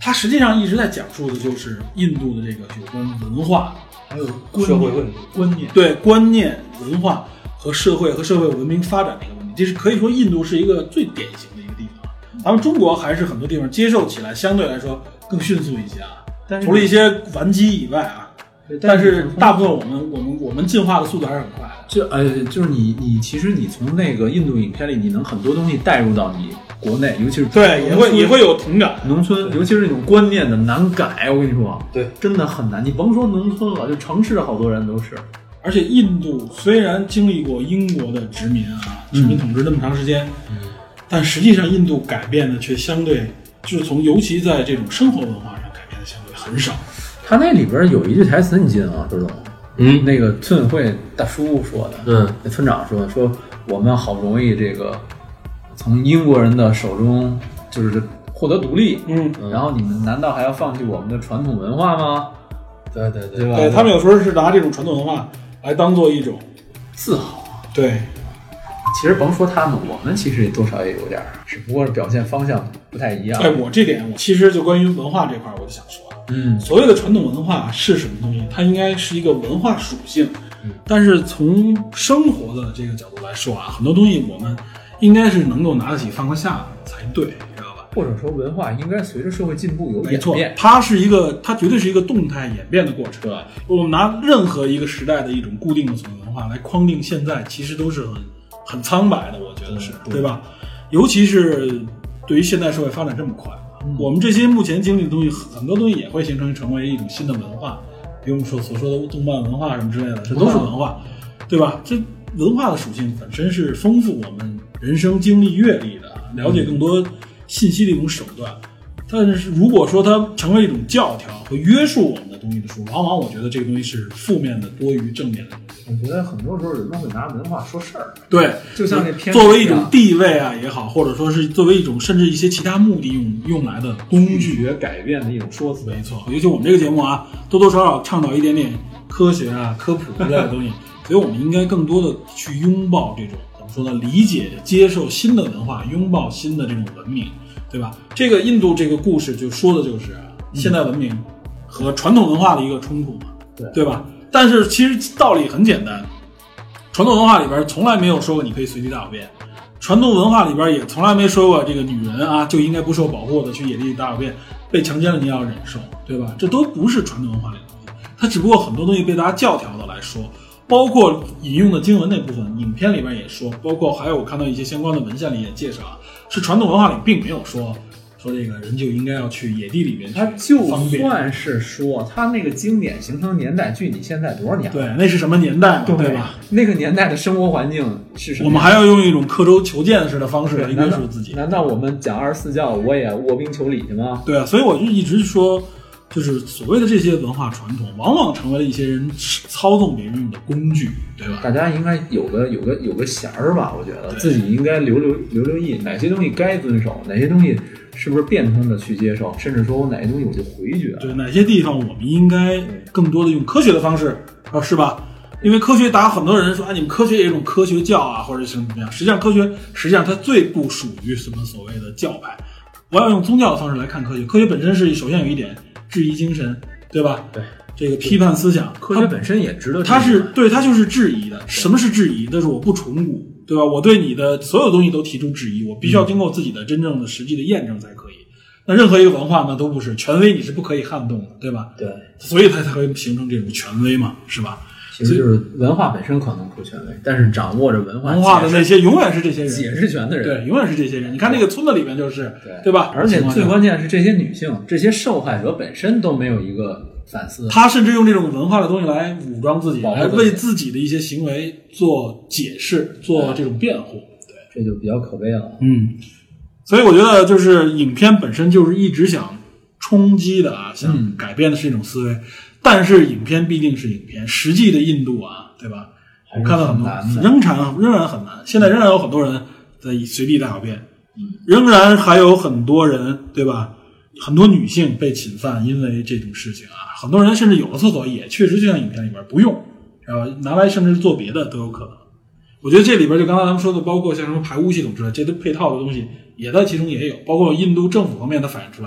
它实际上一直在讲述的就是印度的这个有关文化还有观念观念对观念文化和社会和社会文明发展的一个问题。这是可以说印度是一个最典型的一个地方。咱们中国还是很多地方接受起来相对来说更迅速一些啊，除了一些顽疾以外啊。但是大部分我们我们我们进化的速度还是很快的。 就呃，就是你你其实你从那个印度影片里，你能很多东西带入到你国内，尤其是对也会也会有同感。 农村，尤其是那种观念的难改，我跟你说， 对， 真的很难。你甭说农村了，就城市好多人都是。 而且印度虽然经历过英国的殖民啊，殖民统治那么长时间，嗯，但实际上印度改变的却相对，就是从尤其在这种生活文化上改变的相对很少。 他那里边有一句台词你记得吗，周总？ 嗯， 那个村委会大叔说的， 嗯， 那村长说说我们好不容易这个从英国人的手中就是获得独立， 嗯， 然后你们难道还要放弃我们的传统文化吗？ 对对对， 对吧？ 对，他们有时候是拿这种传统文化来当做一种自豪。 对， 其实甭说他们，我们其实多少也有点，只不过是表现方向不太一样。 哎，我这点我其实就关于文化这块，我就想说。 嗯， 所谓的传统文化是什么东西？它应该是一个文化属性，嗯，但是从生活的这个角度来说啊，很多东西我们应该是能够拿得起放得下才对，知道吧？ 或者说文化应该随着社会进步有演变， 没错，它是一个，它绝对是一个动态演变的过程。对，我们拿任何一个时代的一种固定的所谓文化来框定现在，其实都是很很苍白的，我觉得是，对, 对吧？尤其是对于现代社会发展这么快。嗯、我们这些目前经历的东西，很多东西也会形成成为一种新的文化，比如我们说所说的动漫文化什么之类的，这都是文化，对吧？这文化的属性本身是丰富我们人生经历阅历的，了解更多信息的一种手段。但是如果说它成为一种教条和约束我们的东西的时候，往往我觉得这个东西是负面的多于正面的。 我觉得很多时候人们会拿文化说事儿， 对， 就像那片作为一种地位啊也好，或者说是作为一种甚至一些其他目的用用来的工具学改变的一种说辞。 没错，尤其我们这个节目啊，多多少少倡导一点点科学啊、科普之类的东西，所以我们应该更多的去拥抱这种怎么说呢？理解、接受新的文化，拥抱新的这种文明，对吧？这个印度这个故事就说的就是现代文明和传统文化的一个冲突嘛，对对吧？但是其实道理很简单，传统文化里边从来没有说过你可以随地大小便，传统文化里边也从来没说过这个女人啊就应该不受保护的去野地大小便，被强奸了你要忍受，对吧？这都不是传统文化里的东西，它只不过很多东西被大家教条的来说，包括引用的经文那部分，影片里边也说，包括还有我看到一些相关的文献里也介绍，是传统文化里并没有说说这个人就应该要去野地里边去， 他就算是说他那个经典形成年代距你现在多少年了？ 对，那是什么年代嘛， 对, 对吧？ 那个年代的生活环境是什么？ 我们还要用一种刻舟求剑式的方式来约束自己。 难道我们讲二十四孝，我也卧冰求鲤去吗？ 对啊，所以我就一直说，就是所谓的这些文化传统，往往成为了一些人操纵别人用的工具，对吧？ 大家应该有个有个有个弦儿吧？我觉得自己应该留留留留意，哪些东西该遵守，哪些东西是不是变通的去接受，甚至说我哪些东西我就回绝。 对，哪些地方我们应该更多的用科学的方式，啊，是吧？因为科学，大家很多人说啊，你们科学也有一种科学教啊，或者是怎么样？实际上，科学实际上它最不属于什么所谓的教派。我要用宗教的方式来看科学，科学本身是首先有一点质疑精神，对吧？ 对， 这个批判思想， 科学本身也值得。 它是对，它就是质疑的。什么是质疑？但是我不崇古，对吧？我对你的所有东西都提出质疑，我必须要经过自己的真正的实际的验证才可以。那任何一个文化呢，都不是权威，你是不可以撼动的，对吧？ 对， 所以它才会形成这种权威嘛，是吧？ 其实就是文化本身可能不权威，但是掌握着文化文化的那些永远是这些人， 解释权的人， 对，永远是这些人。你看那个村子里面就是，对, 对吧？ 而且最关键是这些女性，这些受害者本身都没有一个反思， 他甚至用这种文化的东西来武装自己，来为自己的一些行为做解释，做这种辩护。 对，这就比较可悲了。 嗯，所以我觉得就是影片本身就是一直想冲击的啊，想改变的是一种思维。嗯，但是影片毕竟是影片，实际的印度啊，对吧？我看到很多仍然仍然很难，现在仍然有很多人在随地大小便，仍然还有很多人，对吧？很多女性被侵犯，因为这种事情啊，很多人甚至有了厕所也确实就像影片里边不用，然后拿来甚至做别的都有可能。我觉得这里边就刚才咱们说的，包括像什么排污系统之类，这些配套的东西也在其中也有，包括印度政府方面它反映出来的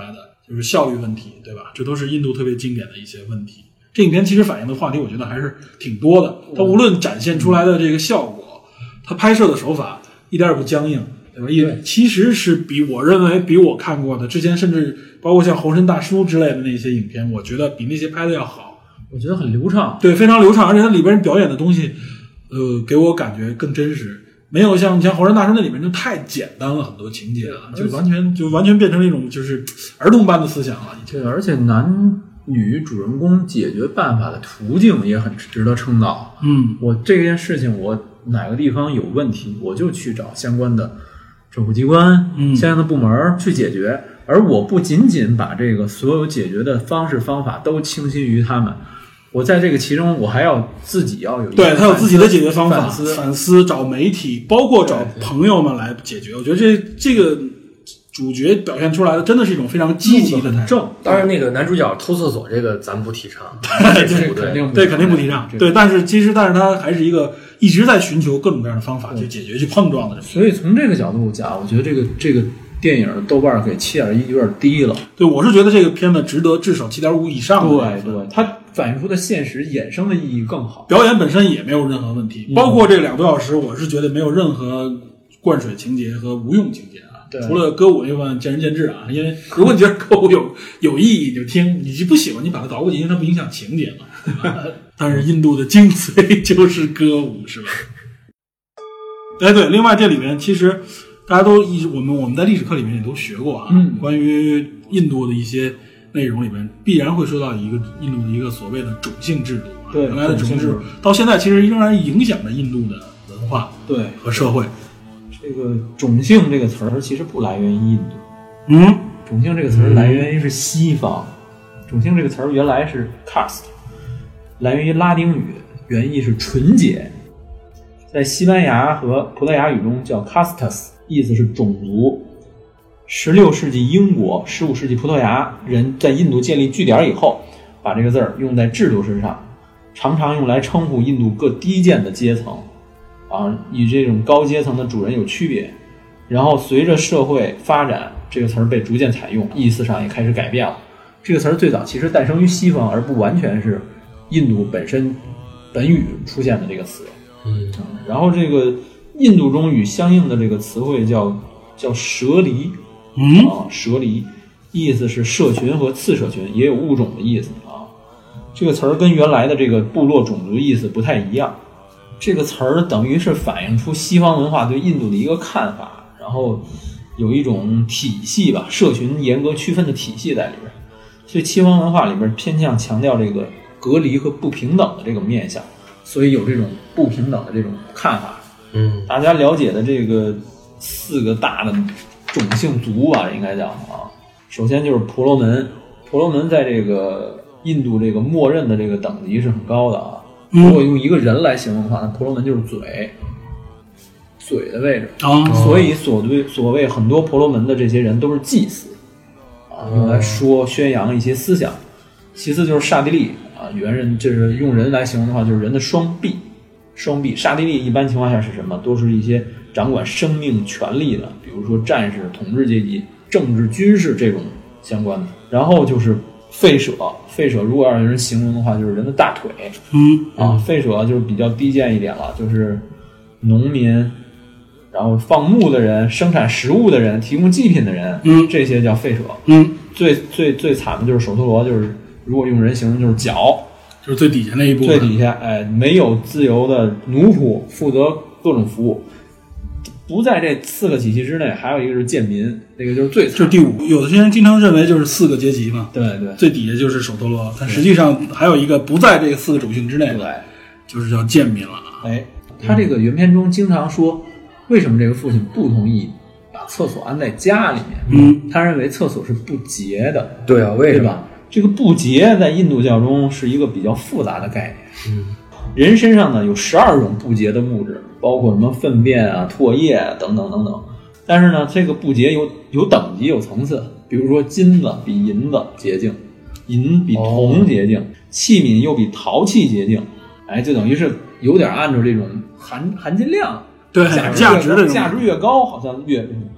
就是效率问题，对吧？这都是印度特别经典的一些问题。这影片其实反映的话题，我觉得还是挺多的。它无论展现出来的这个效果，它拍摄的手法一点也不僵硬，对吧？也其实是比我认为比我看过的之前，甚至包括像《猴神大叔》之类的那些影片，我觉得比那些拍的要好。 我觉得很流畅， 对，非常流畅，而且它里边表演的东西，呃，给我感觉更真实。没有像像《猴神大叔》那里面就太简单了，很多情节啊，就完全就完全变成了一种就是儿童般的思想了。 对，而且男女主人公解决办法的途径也很值得称道。 嗯， 我这件事情我哪个地方有问题，我就去找相关的政府机关、嗯、相应的部门去解决，而我不仅仅把这个所有解决的方式方法都倾心于他们。我在这个其中，我还要自己要有一个对他有自己的解决方法， 反思、 反思找媒体，包括找朋友们来解决。我觉得这这个主角表现出来的真的是一种非常积极的态度。 当然，那个男主角偷厕所这个咱不提倡， 这不对， 对肯定不提倡。对，但是其实但是他还是一个一直在寻求各种各样的方法去解决、去碰撞的人。 所以从这个角度讲，我觉得这个这个电影豆瓣给七点一有点低了。 对，我是觉得这个片子值得至少七点五以上的。 对对，它反映出的现实衍生的意义更好， 表演本身也没有任何问题，嗯、包括这两个多小时，我是觉得没有任何灌水情节和无用情节啊。除了歌舞那部分见仁见智啊，因为如果你觉得歌舞有有意义就听，你不喜欢你把它倒过去，因为它不影响情节嘛，对吧？但是印度的精髓就是歌舞，是吧？哎，对，另外这里面其实大家都一我们我们在历史课里面也都学过啊， 嗯， 关于印度的一些内容里面必然会说到一个印度的一个所谓的种姓制度， 对， 原来的种姓制度到现在其实仍然影响着印度的文化， 对和社会。 这个种姓这个词儿其实不来源于印度， 嗯， 种姓这个词儿来源于是西方，嗯、种姓这个词儿原来是 caste， 来源于拉丁语，原意是纯洁，在西班牙和葡萄牙语中叫 castas， 意思是种族。十六世纪英国、十五世纪葡萄牙人在印度建立据点以后，把这个字儿用在制度身上，常常用来称呼印度各低贱的阶层，啊，与这种高阶层的主人有区别。然后随着社会发展，这个词儿被逐渐采用，意思上也开始改变了。这个词儿最早其实诞生于西方，而不完全是印度本身本语出现的这个词。 嗯， 然后这个印度中语相应的这个词汇叫叫蛇离。 嗯啊，蛇离意思是社群和次社群，也有物种的意思啊。这个词儿跟原来的这个部落种族意思不太一样。这个词儿等于是反映出西方文化对印度的一个看法，然后有一种体系吧，社群严格区分的体系在里边。所以西方文化里边偏向强调这个隔离和不平等的这个面向，所以有这种不平等的这种看法。 嗯， 大家了解的这个四个大的种姓族吧，应该讲啊，首先就是婆罗门，婆罗门在这个印度这个默认的这个等级是很高的啊。如果用一个人来形容的话，那婆罗门就是嘴，嘴的位置啊。所以所对所谓很多婆罗门的这些人都是祭司啊，用来说宣扬一些思想。其次就是刹帝利啊，猿人就是用人来形容的话，就是人的双臂，双臂。刹帝利一般情况下是什么？都是一些掌管生命权力的，比如说战士、统治阶级、政治、军事这种相关的。然后就是吠舍，吠舍如果让人形容的话，就是人的大腿。 嗯啊，吠舍就是比较低贱一点了，就是农民，然后放牧的人、生产食物的人、提供祭品的人， 嗯， 这些叫吠舍。 嗯， 最最最惨的就是首陀罗，就是如果用人形容就是脚， 就是最底下那一步， 最底下，哎，没有自由的奴仆，负责各种服务。不在这四个体系之内，还有一个是贱民，那个就是最惨， 就是第五。有的些人经常认为就是四个阶级嘛， 对对， 最底下就是首陀罗，但实际上还有一个不在这个四个种姓之内的， 对， 就是叫贱民了。 哎，他这个原片中经常说，为什么这个父亲不同意把厕所安在家里面？ 嗯， 他认为厕所是不洁的。 对啊，为什么？ 这个不洁在印度教中是一个比较复杂的概念。嗯，人身上呢有十二种不洁的物质，包括什么粪便啊、唾液啊等等等等。但是呢，这个不洁有有等级、有层次。比如说，金子比银子洁净，银比铜洁净，哦、器皿又比陶器洁净。哎，就等于是有点按照这种含含金量， 对价值价值的价值越高，好像越。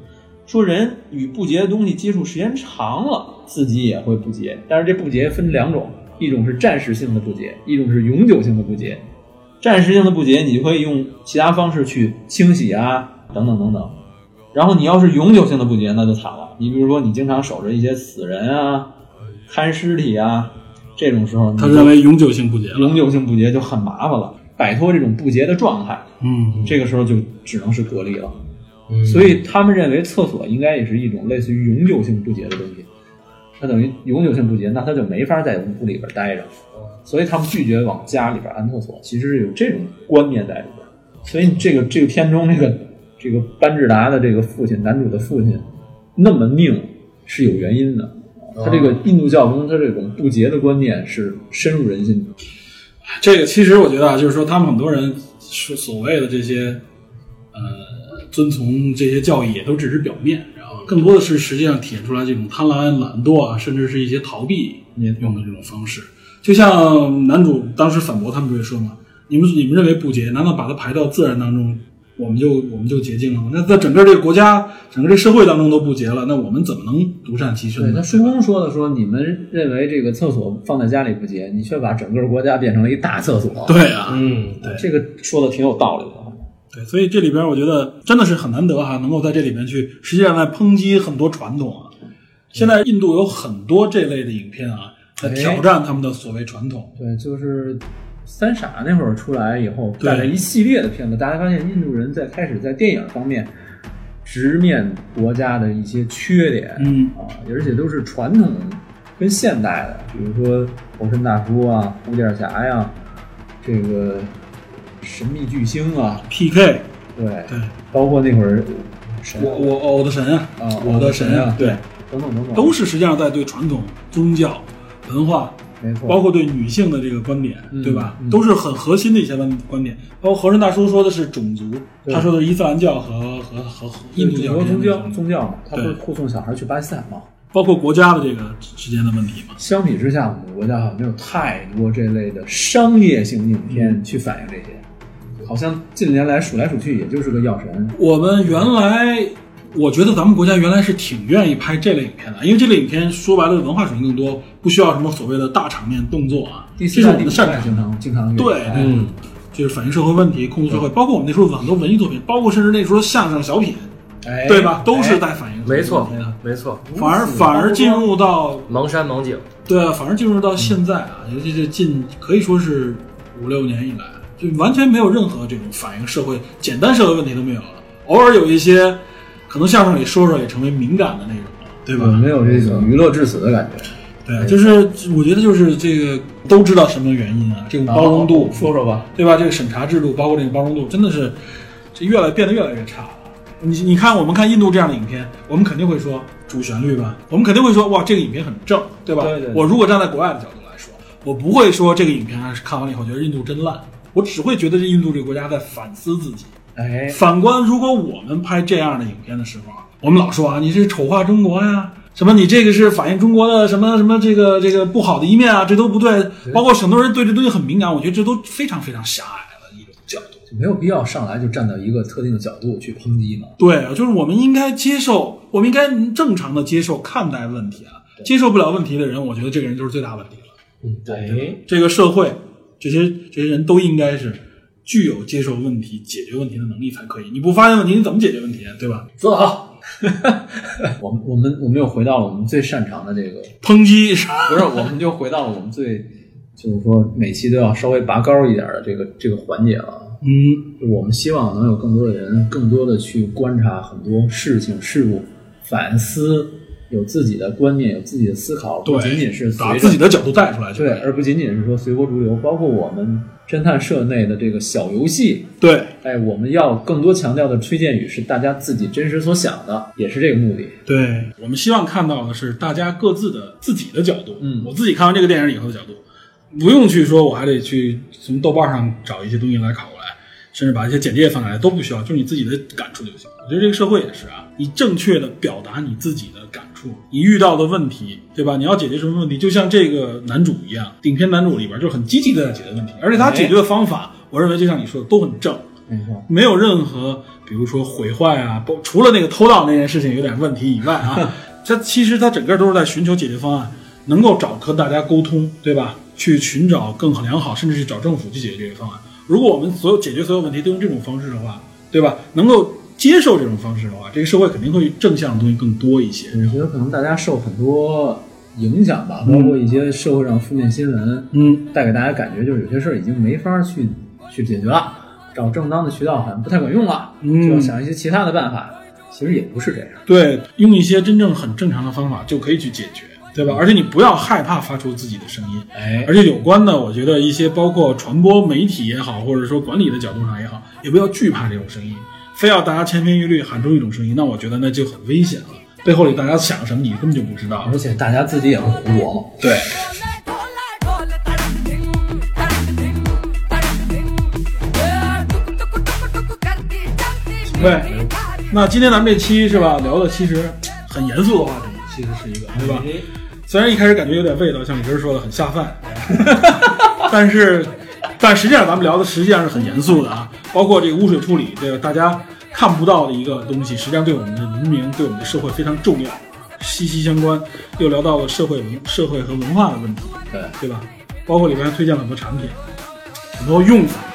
说人与不洁的东西接触时间长了，自己也会不洁。但是这不洁分两种，一种是暂时性的不洁，一种是永久性的不洁。暂时性的不洁，你就可以用其他方式去清洗啊，等等等等。然后你要是永久性的不洁，那就惨了。你比如说，你经常守着一些死人啊、看尸体啊，这种时候， 他认为永久性不洁了， 永久性不洁就很麻烦了。摆脱这种不洁的状态， 嗯， 这个时候就只能是隔离了。嗯，所以他们认为厕所应该也是一种类似于永久性不洁的东西。它等于永久性不洁，那他就没法在屋里边待着。所以他们拒绝往家里边安厕所，其实是有这种观念在里边。所以这个这个片中这个这个班智达的这个父亲，男主的父亲那么拧是有原因的。他这个印度教中，他这种不洁的观念是深入人心的。 这个其实我觉得啊，就是说他们很多人说所谓的这些呃遵从这些教义，也都只是表面，然后更多的是实际上体现出来这种贪婪、懒惰啊，甚至是一些逃避用的这种方式。就像男主当时反驳他们不是说嘛，你们你们认为不洁，难道把它排到自然当中，我们就我们就洁净了吗？那在整个这个国家、整个这社会当中都不洁了，那我们怎么能独善其身呢？ 对，那书中说的说，你们认为这个厕所放在家里不洁，你却把整个国家变成了一大厕所。 对啊， 嗯， 对，这个说的挺有道理的。 对，所以这里边我觉得真的是很难得哈，能够在这里边去实际上在抨击很多传统啊。现在印度有很多这类的影片啊，在挑战他们的所谓传统。 对，就是三傻那会儿出来以后，带了一系列的片子，大家发现印度人在开始在电影方面直面国家的一些缺点， 嗯啊，而且都是传统跟现代的，比如说猴神大叔啊、蝴蝶侠呀，这个神秘巨星啊 ，P K， 对对， 包括那会儿神我我我的神啊， 啊， 我的神啊，对， 等等等等， 都是实际上在对传统宗教文化。 没错， 包括对女性的这个观点， 嗯、 对吧、 嗯？ 都是很核心的一些观点。包括和珅大叔说的是种族，他说的是伊斯兰教和和和和印度教宗教宗教嘛，他不是护送小孩去巴基斯坦吗？ 包括国家的这个之间的问题嘛。 相比之下，我们国家好像没有太多这类的商业性影片去反映这些，嗯、好像近年来数来数去也就是个药神。 我们原来。我觉得咱们国家原来是挺愿意拍这类影片的，因为这类影片说白了文化水平更多，不需要什么所谓的大场面动作啊，这是我们的擅长。 经常经常对， 嗯， 就是反映社会问题、控制社会，包括我们那时候很多文艺作品，包括甚至那时候相声小品， 哎， 对吧？都是在反映。 没错，没错。 反而反而进入到蒙山蒙景， 对啊，反而进入到现在啊，尤其是近可以说是五六年以来，就完全没有任何这种反映社会简单社会问题都没有了，偶尔有一些。可能相声里说说也成为敏感的内容了，对吧？ 没有这种娱乐至死的感觉。 对，就是我觉得就是这个都知道什么原因啊，这种包容度， 说说吧， 对吧？这个审查制度，包括这个包容度，真的是这越来变得越来越差了。你你看，我们看印度这样的影片，我们肯定会说主旋律吧，我们肯定会说哇，这个影片很正，对吧？ 对对对。 我如果站在国外的角度来说，我不会说这个影片看完了以后觉得印度真烂，我只会觉得这印度这个国家在反思自己。 哎， 反观如果我们拍这样的影片的时候，我们老说啊，你是丑化中国呀，什么你这个是反映中国的什么什么这个这个不好的一面啊，这都不对。包括很多人对这东西很敏感，我觉得这都非常非常狭隘的一种角度， 就没有必要上来就站到一个特定的角度去抨击嘛。 对啊，就是我们应该接受，我们应该正常的接受看待问题啊。接受不了问题的人，我觉得这个人就是最大问题了。 嗯，对， 这个社会这些这些人都应该是。具有接受问题、解决问题的能力才可以。你不发现问题，你怎么解决问题？对吧？ 说得好。 我们我们我们又回到了我们最擅长的这个抨击， 不是？我们就回到了我们最就是说每期都要稍微拔高一点的这个这个环节了。 嗯， 我们希望能有更多的人，更多的去观察很多事情事物，反思，有自己的观念，有自己的思考，不仅仅是把自己的角度带出来， 对，而不仅仅是说随波逐流。包括我们侦探社内的这个小游戏， 对， 哎，我们要更多强调的推荐语是大家自己真实所想的，也是这个目的。 对，我们希望看到的是大家各自的自己的角度。 嗯， 我自己看完这个电影以后的角度，不用去说我还得去从豆瓣上找一些东西来考过来，甚至把一些简介放下来都不需要，就是你自己的感触就行。我觉得这个社会也是啊，你正确的表达你自己的感触，你遇到的问题，对吧？你要解决什么问题，就像这个男主一样，影片男主里边就很积极的在解决问题，而且他解决的方法，我认为就像你说的都很正， 没错， 没有任何比如说毁坏啊，不除了那个偷盗那件事情有点问题以外啊，它其实它整个都是在寻求解决方案，能够找和大家沟通，对吧？去寻找更良好，甚至去找政府去解决这个方案。如果我们所有解决所有问题都用这种方式的话，对吧？能够接受这种方式的话，这个社会肯定会正向的东西更多一些。 我觉得可能大家受很多影响吧，包括一些社会上负面新闻，嗯，带给大家感觉就是有些事儿已经没法去去解决了，找正当的渠道好像不太管用了，嗯，就要想一些其他的办法。其实也不是这样， 对，用一些真正很正常的方法就可以去解决，对吧？而且你不要害怕发出自己的声音，哎，而且有关的，我觉得一些包括传播媒体也好，或者说管理的角度上也好，也不要惧怕这种声音，非要大家千篇一律喊出一种声音，那我觉得那就很危险了。背后里大家想什么，你根本就不知道， 而且大家自己也会胡琢磨。 对。对，那今天咱们这期是吧，聊的其实很严肃的话题，其实是一个，对吧？虽然一开始感觉有点味道，像李根说的很下饭，但是，但实际上咱们聊的实际上是很严肃的啊，包括这个污水处理，这个大家看不到的一个东西，实际上对我们的文明、对我们的社会非常重要，息息相关。又聊到了社会文、社会和文化的问题， 对对吧？包括里面推荐了很多产品，很多用法。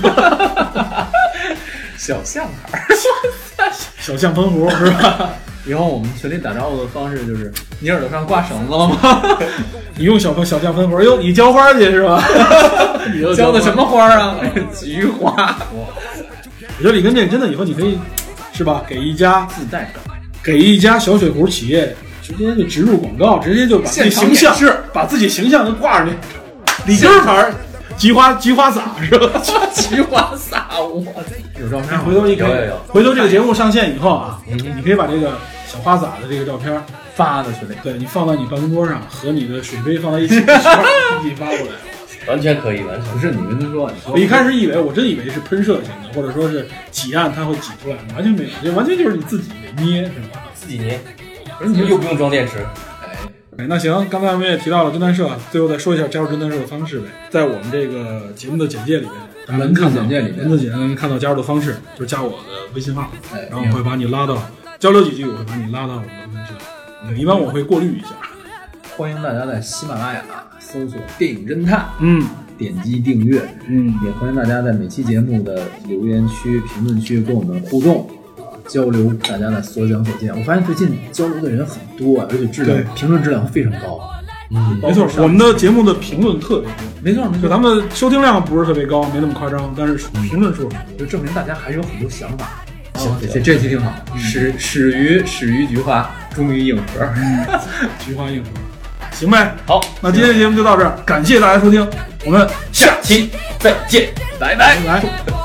小象孩小象喷壶是吧？ 以后我们群里打招呼的方式就是你耳朵上挂绳子了吗？ 你用小小象喷壶，哟，你浇花去是吧？ 你浇的什么花啊？菊花。 我觉得李根这个真的以后你可以是吧？给一家自带的， 给一家小水壶企业直接就植入广告，直接就把自己形象是把自己形象就挂上去，李根牌。菊花菊花洒是吧？ 菊花洒，我有照片， 回头你可以，回头这个节目上线以后啊，你你可以把这个小花洒的这个照片发到群里， 对你放到你办公桌上，和你的水杯放在一起，一起发过来， 完全可以，完全不是你跟他说， 我一开始以为我真以为是喷射型的，或者说是挤按它会挤出来，完全没有，这完全就是你自己得捏，是吧？ 自己捏，而且你又不用装电池。 哎，那行，刚才我们也提到了侦探社，最后再说一下加入侦探社的方式呗。在我们这个节目的简介里面， 文字简介里面， 文字简介能看到加入的方式，就是加我的微信号，哎，然后我会把你拉到交流几句，我会把你拉到我们的侦探社。一般我会过滤一下。 欢迎大家在喜马拉雅搜索电影侦探， 嗯， 点击订阅， 嗯， 也欢迎大家在每期节目的留言区、评论区跟我们互动。交流大家的所讲所见，我发现最近交流的人很多啊，而且质量评论质量非常高。 嗯，没错，我们的节目的评论特别多， 没错没错， 就咱们的收听量不是特别高，没那么夸张，但是评论数就证明大家还是有很多想法。行，这这期挺好，始始于始于菊花，终于硬核， 菊花硬核，行呗。 好， 那今天的节目就到这儿，感谢大家收听，我们下期再见， 拜拜， 拜拜。